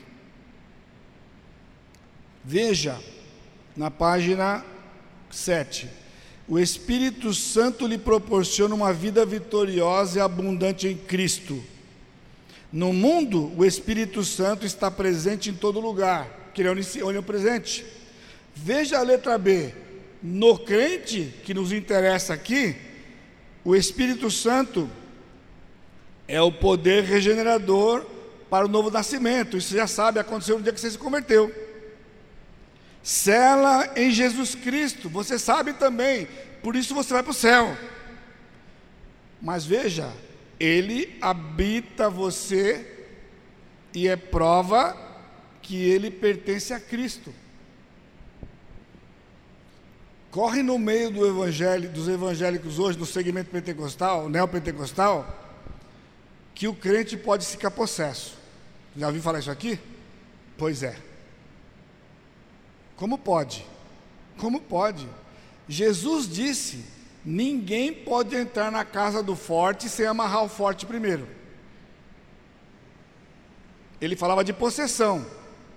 Veja, na página 7. O Espírito Santo lhe proporciona uma vida vitoriosa e abundante em Cristo. No mundo, o Espírito Santo está presente em todo lugar, que ele é onipresente. Veja a letra B. No crente, que nos interessa aqui, o Espírito Santo é o poder regenerador para o novo nascimento. Isso você já sabe, aconteceu no dia que você se converteu. Cela em Jesus Cristo, você sabe também, por isso você vai para o céu. Mas veja, Ele habita você e é prova que Ele pertence a Cristo. Corre no meio do evangelho, dos evangélicos hoje, do segmento pentecostal, neopentecostal, que o crente pode ficar possesso. Já ouviu falar isso aqui? Pois é. Como pode? Como pode? Jesus disse, ninguém pode entrar na casa do forte sem amarrar o forte primeiro. Ele falava de possessão.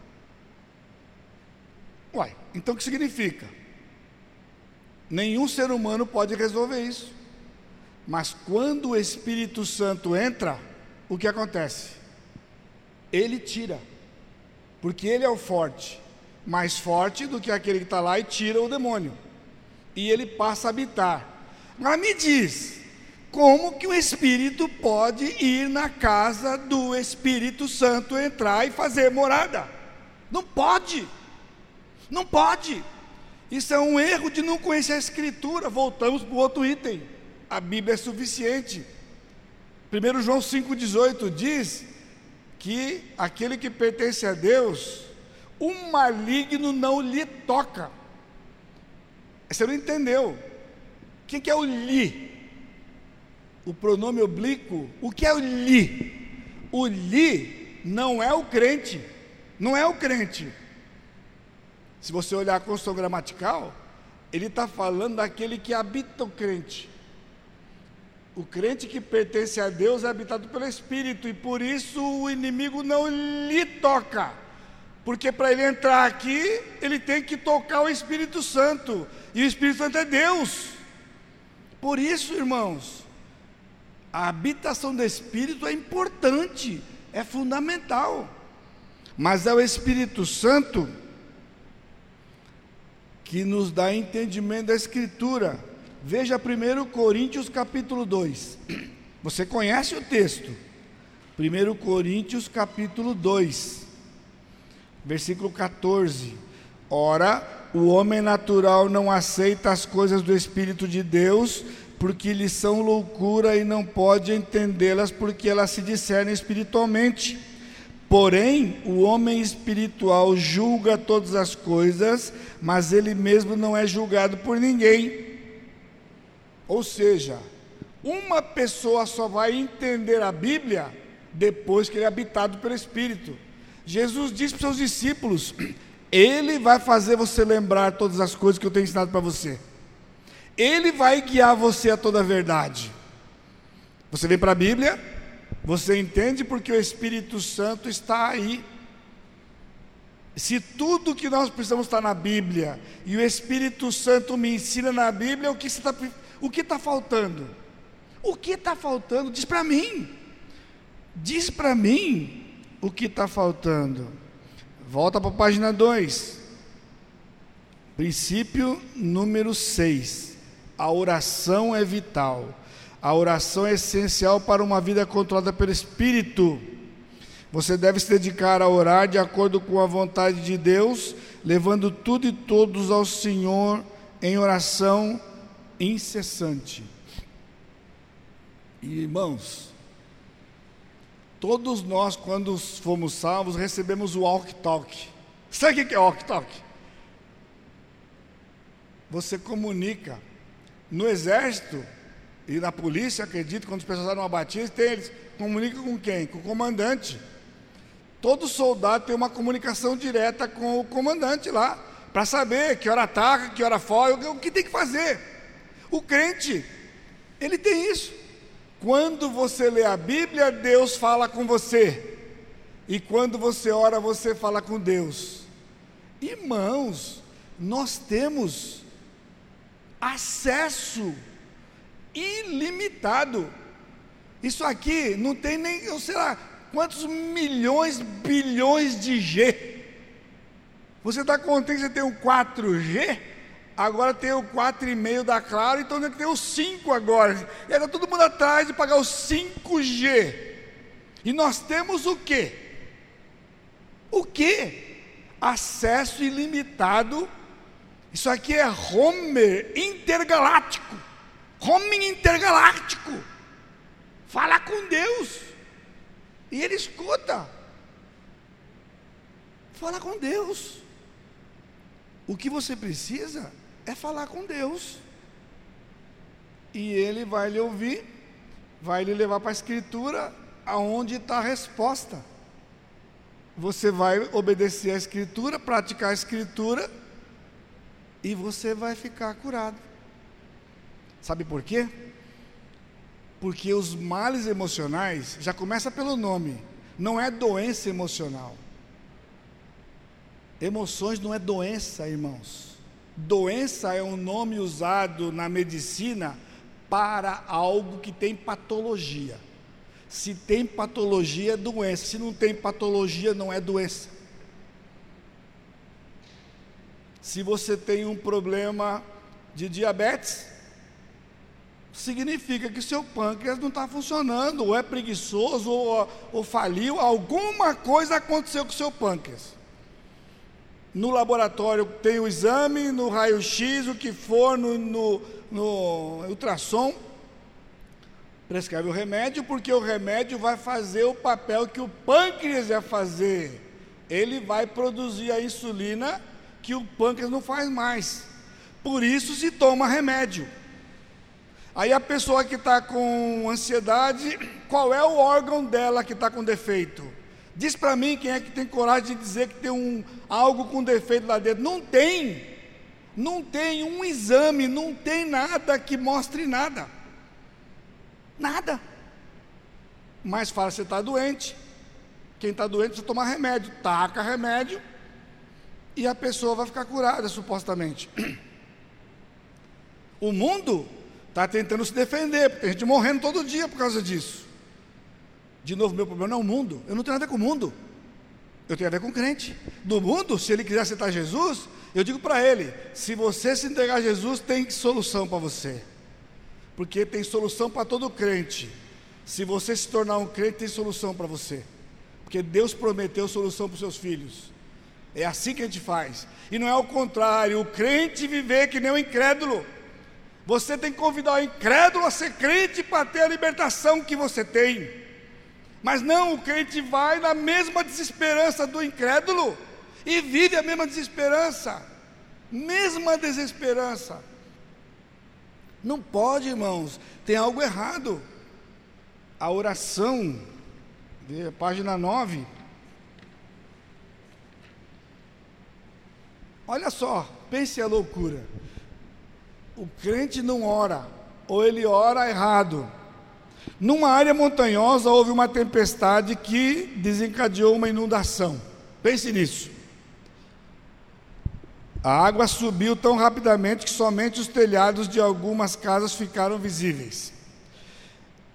Uai, então o que significa? Nenhum ser humano pode resolver isso. Mas quando o Espírito Santo entra, o que acontece? Ele tira, porque ele é o forte, mais forte do que aquele que está lá e tira o demônio, e ele passa a habitar. Agora me diz, como que o Espírito pode ir na casa do Espírito Santo, entrar e fazer morada? Não pode, não pode. Isso é um erro de não conhecer a Escritura. Voltamos para o outro item, a Bíblia é suficiente. 1 João 5,18 diz que aquele que pertence a Deus, o maligno não lhe toca. Você não entendeu? O que é o lhe? O pronome oblíquo. O que é o lhe? O lhe não é o crente. Não é o crente. Se você olhar a construção gramatical, ele está falando daquele que habita o crente. O crente que pertence a Deus é habitado pelo Espírito, e por isso o inimigo não lhe toca, porque para ele entrar aqui, ele tem que tocar o Espírito Santo, e o Espírito Santo é Deus. Por isso, irmãos, a habitação do Espírito é importante, é fundamental, mas é o Espírito Santo que nos dá entendimento da Escritura. Veja 1 Coríntios capítulo 2, você conhece o texto, 1 Coríntios capítulo 2, versículo 14, ora, o homem natural não aceita as coisas do Espírito de Deus, porque lhes são loucura e não pode entendê-las, porque elas se discernem espiritualmente. Porém, o homem espiritual julga todas as coisas, mas ele mesmo não é julgado por ninguém. Ou seja, uma pessoa só vai entender a Bíblia depois que ele é habitado pelo Espírito. Jesus disse para os seus discípulos, Ele vai fazer você lembrar todas as coisas que eu tenho ensinado para você. Ele vai guiar você a toda a verdade. Você vem para a Bíblia, você entende porque o Espírito Santo está aí. Se tudo que nós precisamos está na Bíblia, e o Espírito Santo me ensina na Bíblia, o que está faltando? O que está faltando? Diz para mim. Diz para mim o que está faltando. Volta para a página 2. Princípio número 6. A oração é vital. A oração é essencial para uma vida controlada pelo Espírito. Você deve se dedicar a orar de acordo com a vontade de Deus, levando tudo e todos ao Senhor em oração incessante. E, irmãos, todos nós, quando fomos salvos, recebemos o walk-talk. Sabe o que é walk-talk? Você comunica. No exército e na polícia, acredito, quando as pessoas eram abatidas, eles comunicam com quem? Com o comandante. Todo soldado tem uma comunicação direta com o comandante lá, para saber que hora ataca, que hora foge, o que tem que fazer. O crente, ele tem isso. Quando você lê a Bíblia, Deus fala com você. E quando você ora, você fala com Deus. Irmãos, nós temos acesso ilimitado. Isso aqui não tem nem, eu sei lá, quantos milhões, bilhões de G. Você está contente que você tem o 4G? Agora tem o 4,5 da Claro, então tem que ter o 5 agora. E está todo mundo atrás de pagar o 5G. E nós temos o quê? O quê? Acesso ilimitado. Isso aqui é roamer intergaláctico. Roaming intergaláctico. Fala com Deus. E Ele escuta. Fala com Deus. O que você precisa é falar com Deus. E Ele vai lhe ouvir, vai lhe levar para a Escritura, aonde está a resposta. Você vai obedecer a Escritura, praticar a Escritura, e você vai ficar curado. Sabe por quê? Porque os males emocionais, já começa pelo nome, não é doença emocional. Emoções não é doença, irmãos. Doença é um nome usado na medicina para algo que tem patologia. Se tem patologia, é doença. Se não tem patologia, não é doença. Se você tem um problema de diabetes, significa que seu pâncreas não está funcionando, ou é preguiçoso, ou faliu, alguma coisa aconteceu com o seu pâncreas. No laboratório tem o exame, no raio-x, o que for, no ultrassom, prescreve o remédio, porque o remédio vai fazer o papel que o pâncreas ia fazer. Ele vai produzir a insulina que o pâncreas não faz mais. Por isso se toma remédio. Aí a pessoa que está com ansiedade, qual é o órgão dela que está com defeito? Diz para mim quem é que tem coragem de dizer que tem algo com defeito lá dentro. Não tem um exame, não tem nada que mostre nada. Nada. Mas fala, você está doente. Quem está doente precisa tomar remédio. Taca remédio e a pessoa vai ficar curada, supostamente. O mundo está tentando se defender, porque tem gente morrendo todo dia por causa disso. De novo, meu problema não é o mundo. Eu não tenho nada a ver com o mundo. Eu tenho a ver com o crente. Do mundo, se ele quiser aceitar Jesus, eu digo para ele, se você se entregar a Jesus, tem solução para você. Porque tem solução para todo crente. Se você se tornar um crente, tem solução para você. Porque Deus prometeu solução para os seus filhos. É assim que a gente faz. E não é o contrário, o crente viver que nem o incrédulo. Você tem que convidar o incrédulo a ser crente para ter a libertação que você tem. Mas não, o crente vai na mesma desesperança do incrédulo e vive a mesma desesperança. Mesma desesperança. Não pode, irmãos, tem algo errado. A oração, página 9. Olha só, pense a loucura. O crente não ora, ou ele ora errado. Numa área montanhosa houve uma tempestade que desencadeou uma inundação. Pense nisso. A água subiu tão rapidamente que somente os telhados de algumas casas ficaram visíveis.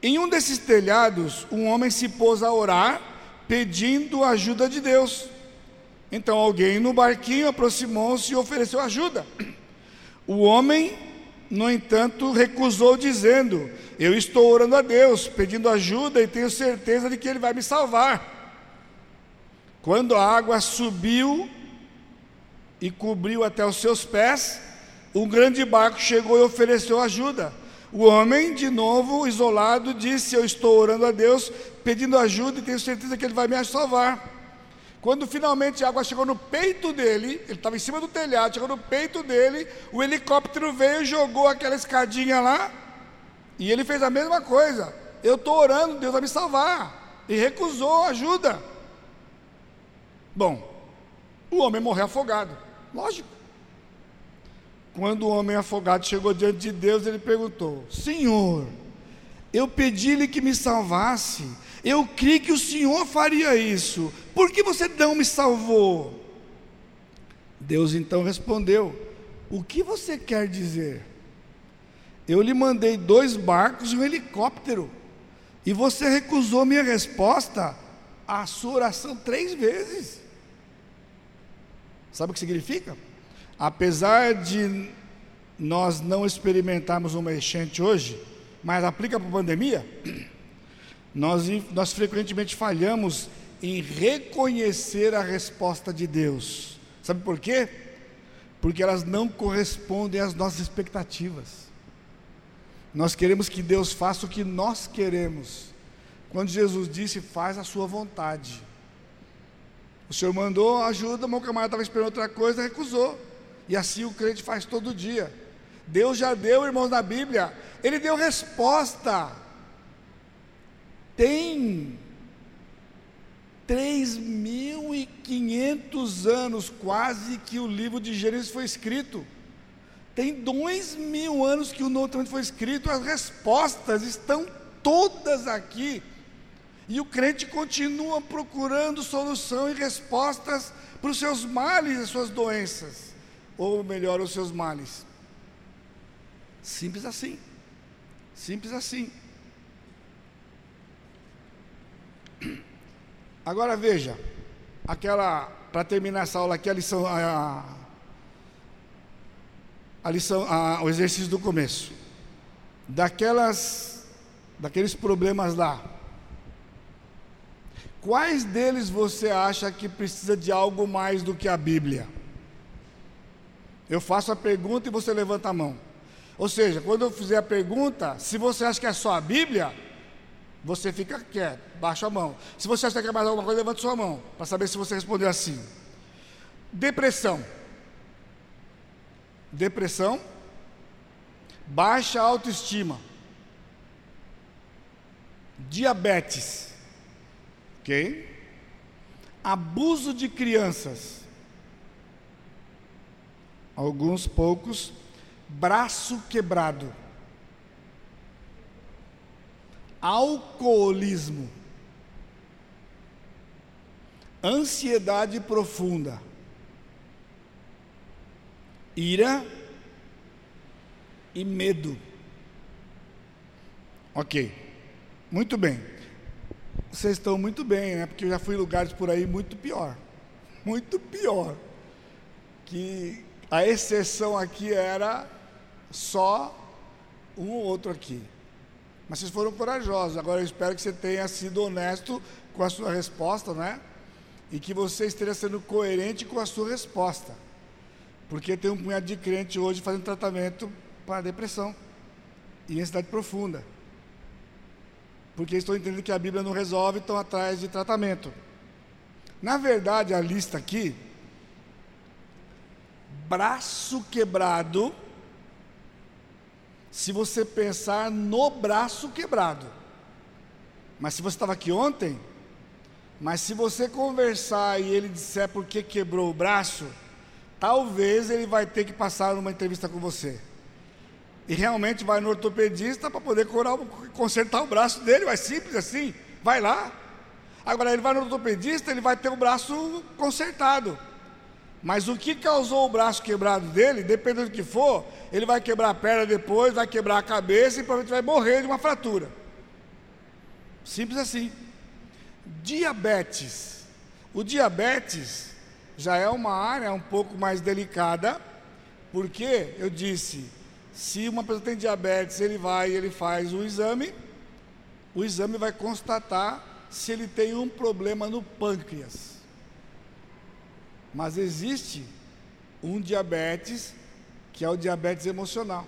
Em um desses telhados, um homem se pôs a orar, pedindo ajuda de Deus. Então alguém no barquinho aproximou-se e ofereceu ajuda. O homem, no entanto, recusou, dizendo: eu estou orando a Deus, pedindo ajuda, e tenho certeza de que Ele vai me salvar. Quando a água subiu e cobriu até os seus pés, um grande barco chegou e ofereceu ajuda. O homem, de novo isolado, disse: eu estou orando a Deus, pedindo ajuda, e tenho certeza que Ele vai me salvar. Quando finalmente a água chegou no peito dele, ele estava em cima do telhado, chegou no peito dele, o helicóptero veio e jogou aquela escadinha lá, e ele fez a mesma coisa: eu estou orando, Deus vai me salvar, e recusou ajuda. Bom, o homem morreu afogado, lógico. Quando o homem afogado chegou diante de Deus, ele perguntou: Senhor, eu pedi-lhe que me salvasse, eu criei que o Senhor faria isso, por que você não me salvou? Deus então respondeu: o que você quer dizer? Eu lhe mandei 2 barcos e um helicóptero, e você recusou minha resposta à sua oração 3 vezes. Sabe o que significa? Apesar de nós não experimentarmos uma enchente hoje, mas aplica para a pandemia, nós frequentemente falhamos em reconhecer a resposta de Deus. Sabe por quê? Porque elas não correspondem às nossas expectativas. Nós queremos que Deus faça o que nós queremos, quando Jesus disse: faz a sua vontade. O Senhor mandou ajuda, mas o camarada estava esperando outra coisa, recusou. E assim o crente faz todo dia. Deus já deu, irmãos, na Bíblia, Ele deu resposta. Tem 3.500 anos quase que o livro de Gênesis foi escrito. Tem 2.000 anos que o Novo Testamento foi escrito. As respostas estão todas aqui. E o crente continua procurando solução e respostas para os seus males e suas doenças, ou melhor, os seus males. Simples assim. Simples assim. Agora veja, para terminar essa aula aqui, o exercício do começo. Daqueles problemas lá, quais deles você acha que precisa de algo mais do que a Bíblia? Eu faço a pergunta e você levanta a mão. Ou seja, quando eu fizer a pergunta, se você acha que é só a Bíblia, você fica quieto, baixa a mão. Se você acha que é mais alguma coisa, levanta sua mão, para saber se você respondeu assim. Depressão, baixa autoestima, diabetes, ok? Abuso de crianças, alguns poucos, braço quebrado, alcoolismo, ansiedade profunda, ira e medo. Ok, muito bem. Vocês estão muito bem, né? Porque eu já fui em lugares por aí muito pior, que a exceção aqui era só um ou outro aqui. Mas vocês foram corajosos. Agora eu espero que você tenha sido honesto com a sua resposta, né? E que você esteja sendo coerente com a sua resposta. Porque tem um punhado de crente hoje fazendo tratamento para depressão e ansiedade profunda. Porque estão entendendo que a Bíblia não resolve, estão atrás de tratamento. Na verdade, a lista aqui: braço quebrado, se você pensar no braço quebrado. Mas se você estava aqui ontem, mas se você conversar e ele disser por que quebrou o braço, talvez ele vai ter que passar uma entrevista com você. E realmente vai no ortopedista para poder consertar o braço dele, é simples assim, vai lá. Agora ele vai no ortopedista, ele vai ter o braço consertado. Mas o que causou o braço quebrado dele, dependendo do que for, ele vai quebrar a perna depois, vai quebrar a cabeça e provavelmente vai morrer de uma fratura. Simples assim. Diabetes. O diabetes já é uma área um pouco mais delicada, porque eu disse, se uma pessoa tem diabetes, ele faz o exame vai constatar se ele tem um problema no pâncreas. Mas existe um diabetes que é o diabetes emocional.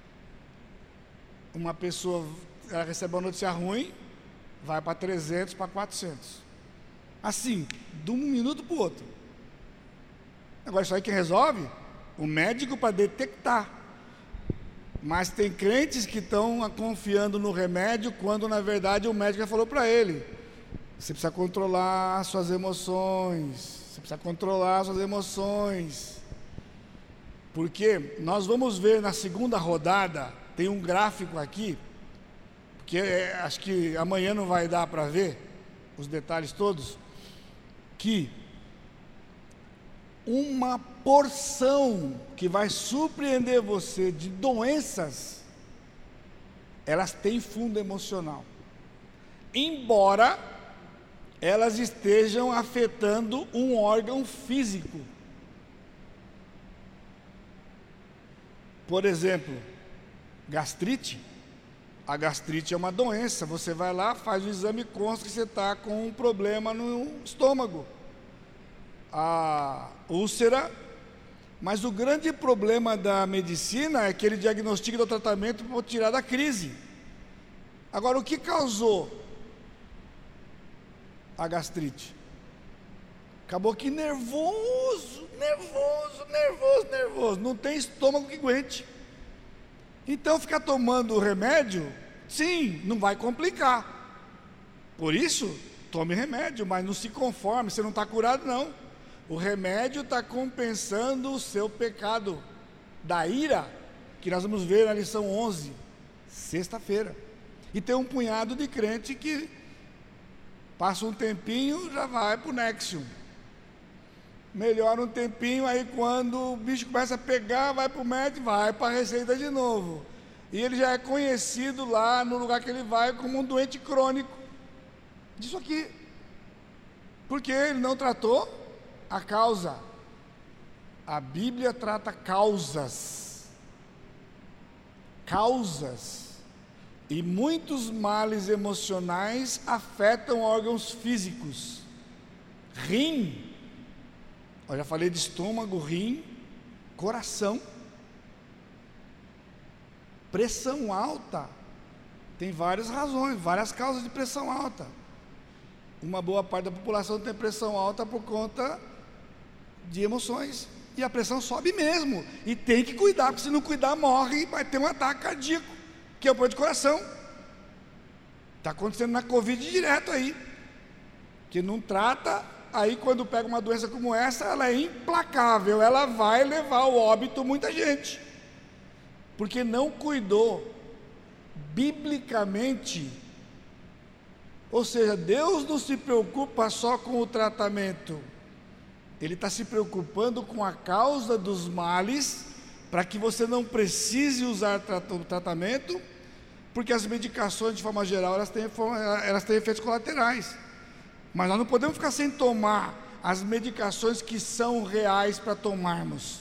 Uma pessoa, ela recebe uma notícia ruim, vai para 300, para 400. Assim, de um minuto para o outro. Agora, isso aí quem resolve? O médico, para detectar. Mas tem crentes que estão confiando no remédio, quando na verdade o médico já falou para ele: você precisa controlar suas emoções. Você precisa controlar suas emoções. Porque nós vamos ver na segunda rodada, tem um gráfico aqui, porque acho que amanhã não vai dar para ver os detalhes todos, que uma porção que vai surpreender você de doenças, elas têm fundo emocional, embora elas estejam afetando um órgão físico. Por exemplo, gastrite. A gastrite é uma doença, você vai lá, faz o exame e consta que você está com um problema no estômago. A úlcera, mas o grande problema da medicina é que ele diagnostica e dá o tratamento para tirar da crise. Agora, o que causou a gastrite? Acabou que nervoso, não tem estômago que aguente. Então, ficar tomando remédio, sim, não vai complicar. Por isso, tome remédio, mas não se conforme, você não está curado não. O remédio está compensando o seu pecado da ira, que nós vamos ver na lição 11, sexta-feira. E tem um punhado de crente que passa um tempinho, já vai para o Nexium. Melhora um tempinho, aí quando o bicho começa a pegar, vai para o médico, vai para a receita de novo. E ele já é conhecido lá no lugar que ele vai como um doente crônico disso aqui. Porque ele não tratou a causa. A Bíblia trata causas. E muitos males emocionais afetam órgãos físicos. Rim. Eu já falei de estômago, rim, coração. Pressão alta. Tem várias razões, várias causas de pressão alta. Uma boa parte da população tem pressão alta por conta de emoções. E a pressão sobe mesmo. E tem que cuidar, porque se não cuidar, morre e vai ter um ataque cardíaco, que é o problema de coração. Está acontecendo na Covid direto aí. Que não trata, aí quando pega uma doença como essa, ela é implacável, ela vai levar ao óbito muita gente. Porque não cuidou biblicamente. Ou seja, Deus não se preocupa só com o tratamento, Ele está se preocupando com a causa dos males, para que você não precise usar o tratamento, porque as medicações, de forma geral, elas têm efeitos colaterais. Mas nós não podemos ficar sem tomar as medicações que são reais para tomarmos.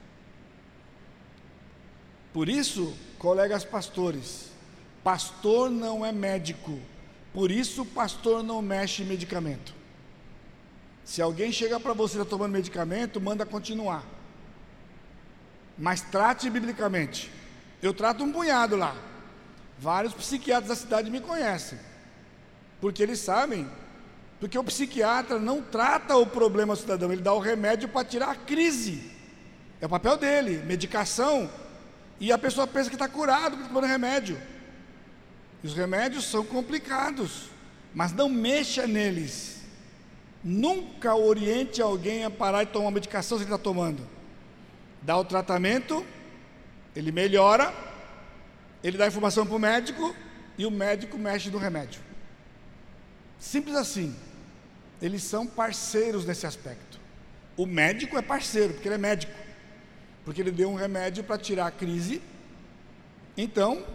Por isso, colegas pastores, pastor não é médico, por isso pastor não mexe em medicamento. Se alguém chega para você e está tomando medicamento, manda continuar, mas trate biblicamente. Eu trato um punhado lá, vários psiquiatras da cidade me conhecem, porque eles sabem, porque o psiquiatra não trata o problema do cidadão, ele dá o remédio para tirar a crise, é o papel dele, medicação, e a pessoa pensa que está curado porque está tomando remédio. E os remédios são complicados, mas não mexa neles. Nunca oriente alguém a parar de tomar a medicação se ele está tomando. Dá o tratamento, ele melhora, ele dá informação para o médico e o médico mexe no remédio. Simples assim. Eles são parceiros nesse aspecto. O médico é parceiro, porque ele é médico, porque ele deu um remédio para tirar a crise. Então,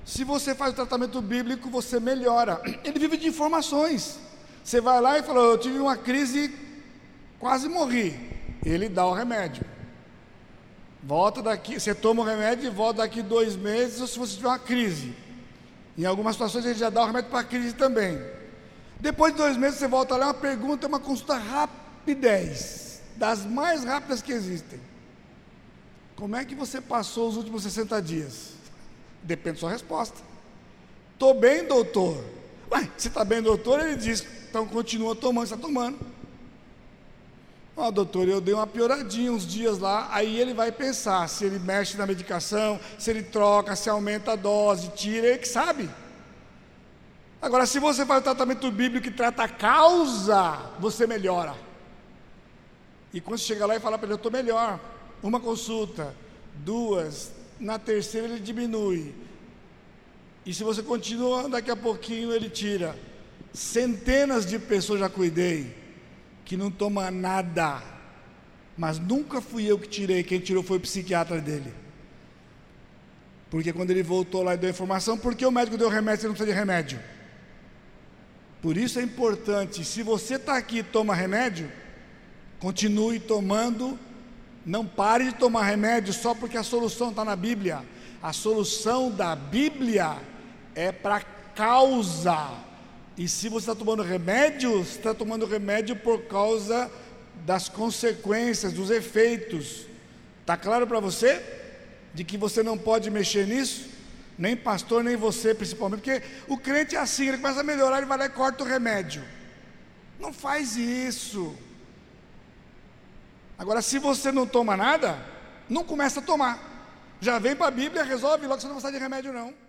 Se você faz o tratamento bíblico, você melhora. Ele vive de informações. Você vai lá e fala: eu tive uma crise, quase morri. Ele dá o remédio. Volta daqui, você toma o remédio e volta daqui 2 meses, ou se você tiver uma crise. Em algumas situações ele já dá o remédio para a crise também. Depois de 2 meses você volta lá, uma pergunta, uma consulta rapidez, das mais rápidas que existem. Como é que você passou os últimos 60 dias? Depende da sua resposta. Estou bem, doutor. Ué, se está bem, doutor, ele diz, então continua tomando, está tomando. Ó, doutor, eu dei uma pioradinha uns dias lá. Aí ele vai pensar se ele mexe na medicação, se ele troca, se aumenta a dose, tira, ele que sabe. Agora, se você faz o tratamento bíblico que trata a causa, você melhora. E quando você chega lá e fala para ele: eu estou melhor, uma consulta, 2, na terceira ele diminui. E se você continua, daqui a pouquinho ele tira. Centenas de pessoas já cuidei, que não toma nada, mas nunca fui eu que tirei, quem tirou foi o psiquiatra dele. Porque quando ele voltou lá e deu informação, por que o médico deu remédio, você não precisa de remédio? Por isso é importante, se você está aqui e toma remédio, continue tomando, não pare de tomar remédio só porque a solução está na Bíblia. A solução da Bíblia é para causa. E se você está tomando remédio, você está tomando remédio por causa das consequências, dos efeitos. Está claro para você? De que você não pode mexer nisso? Nem pastor, nem você principalmente. Porque o crente é assim, ele começa a melhorar, ele vai lá e corta o remédio. Não faz isso. Agora, se você não toma nada, não começa a tomar. Já vem para a Bíblia, resolve logo, você não precisa de remédio não.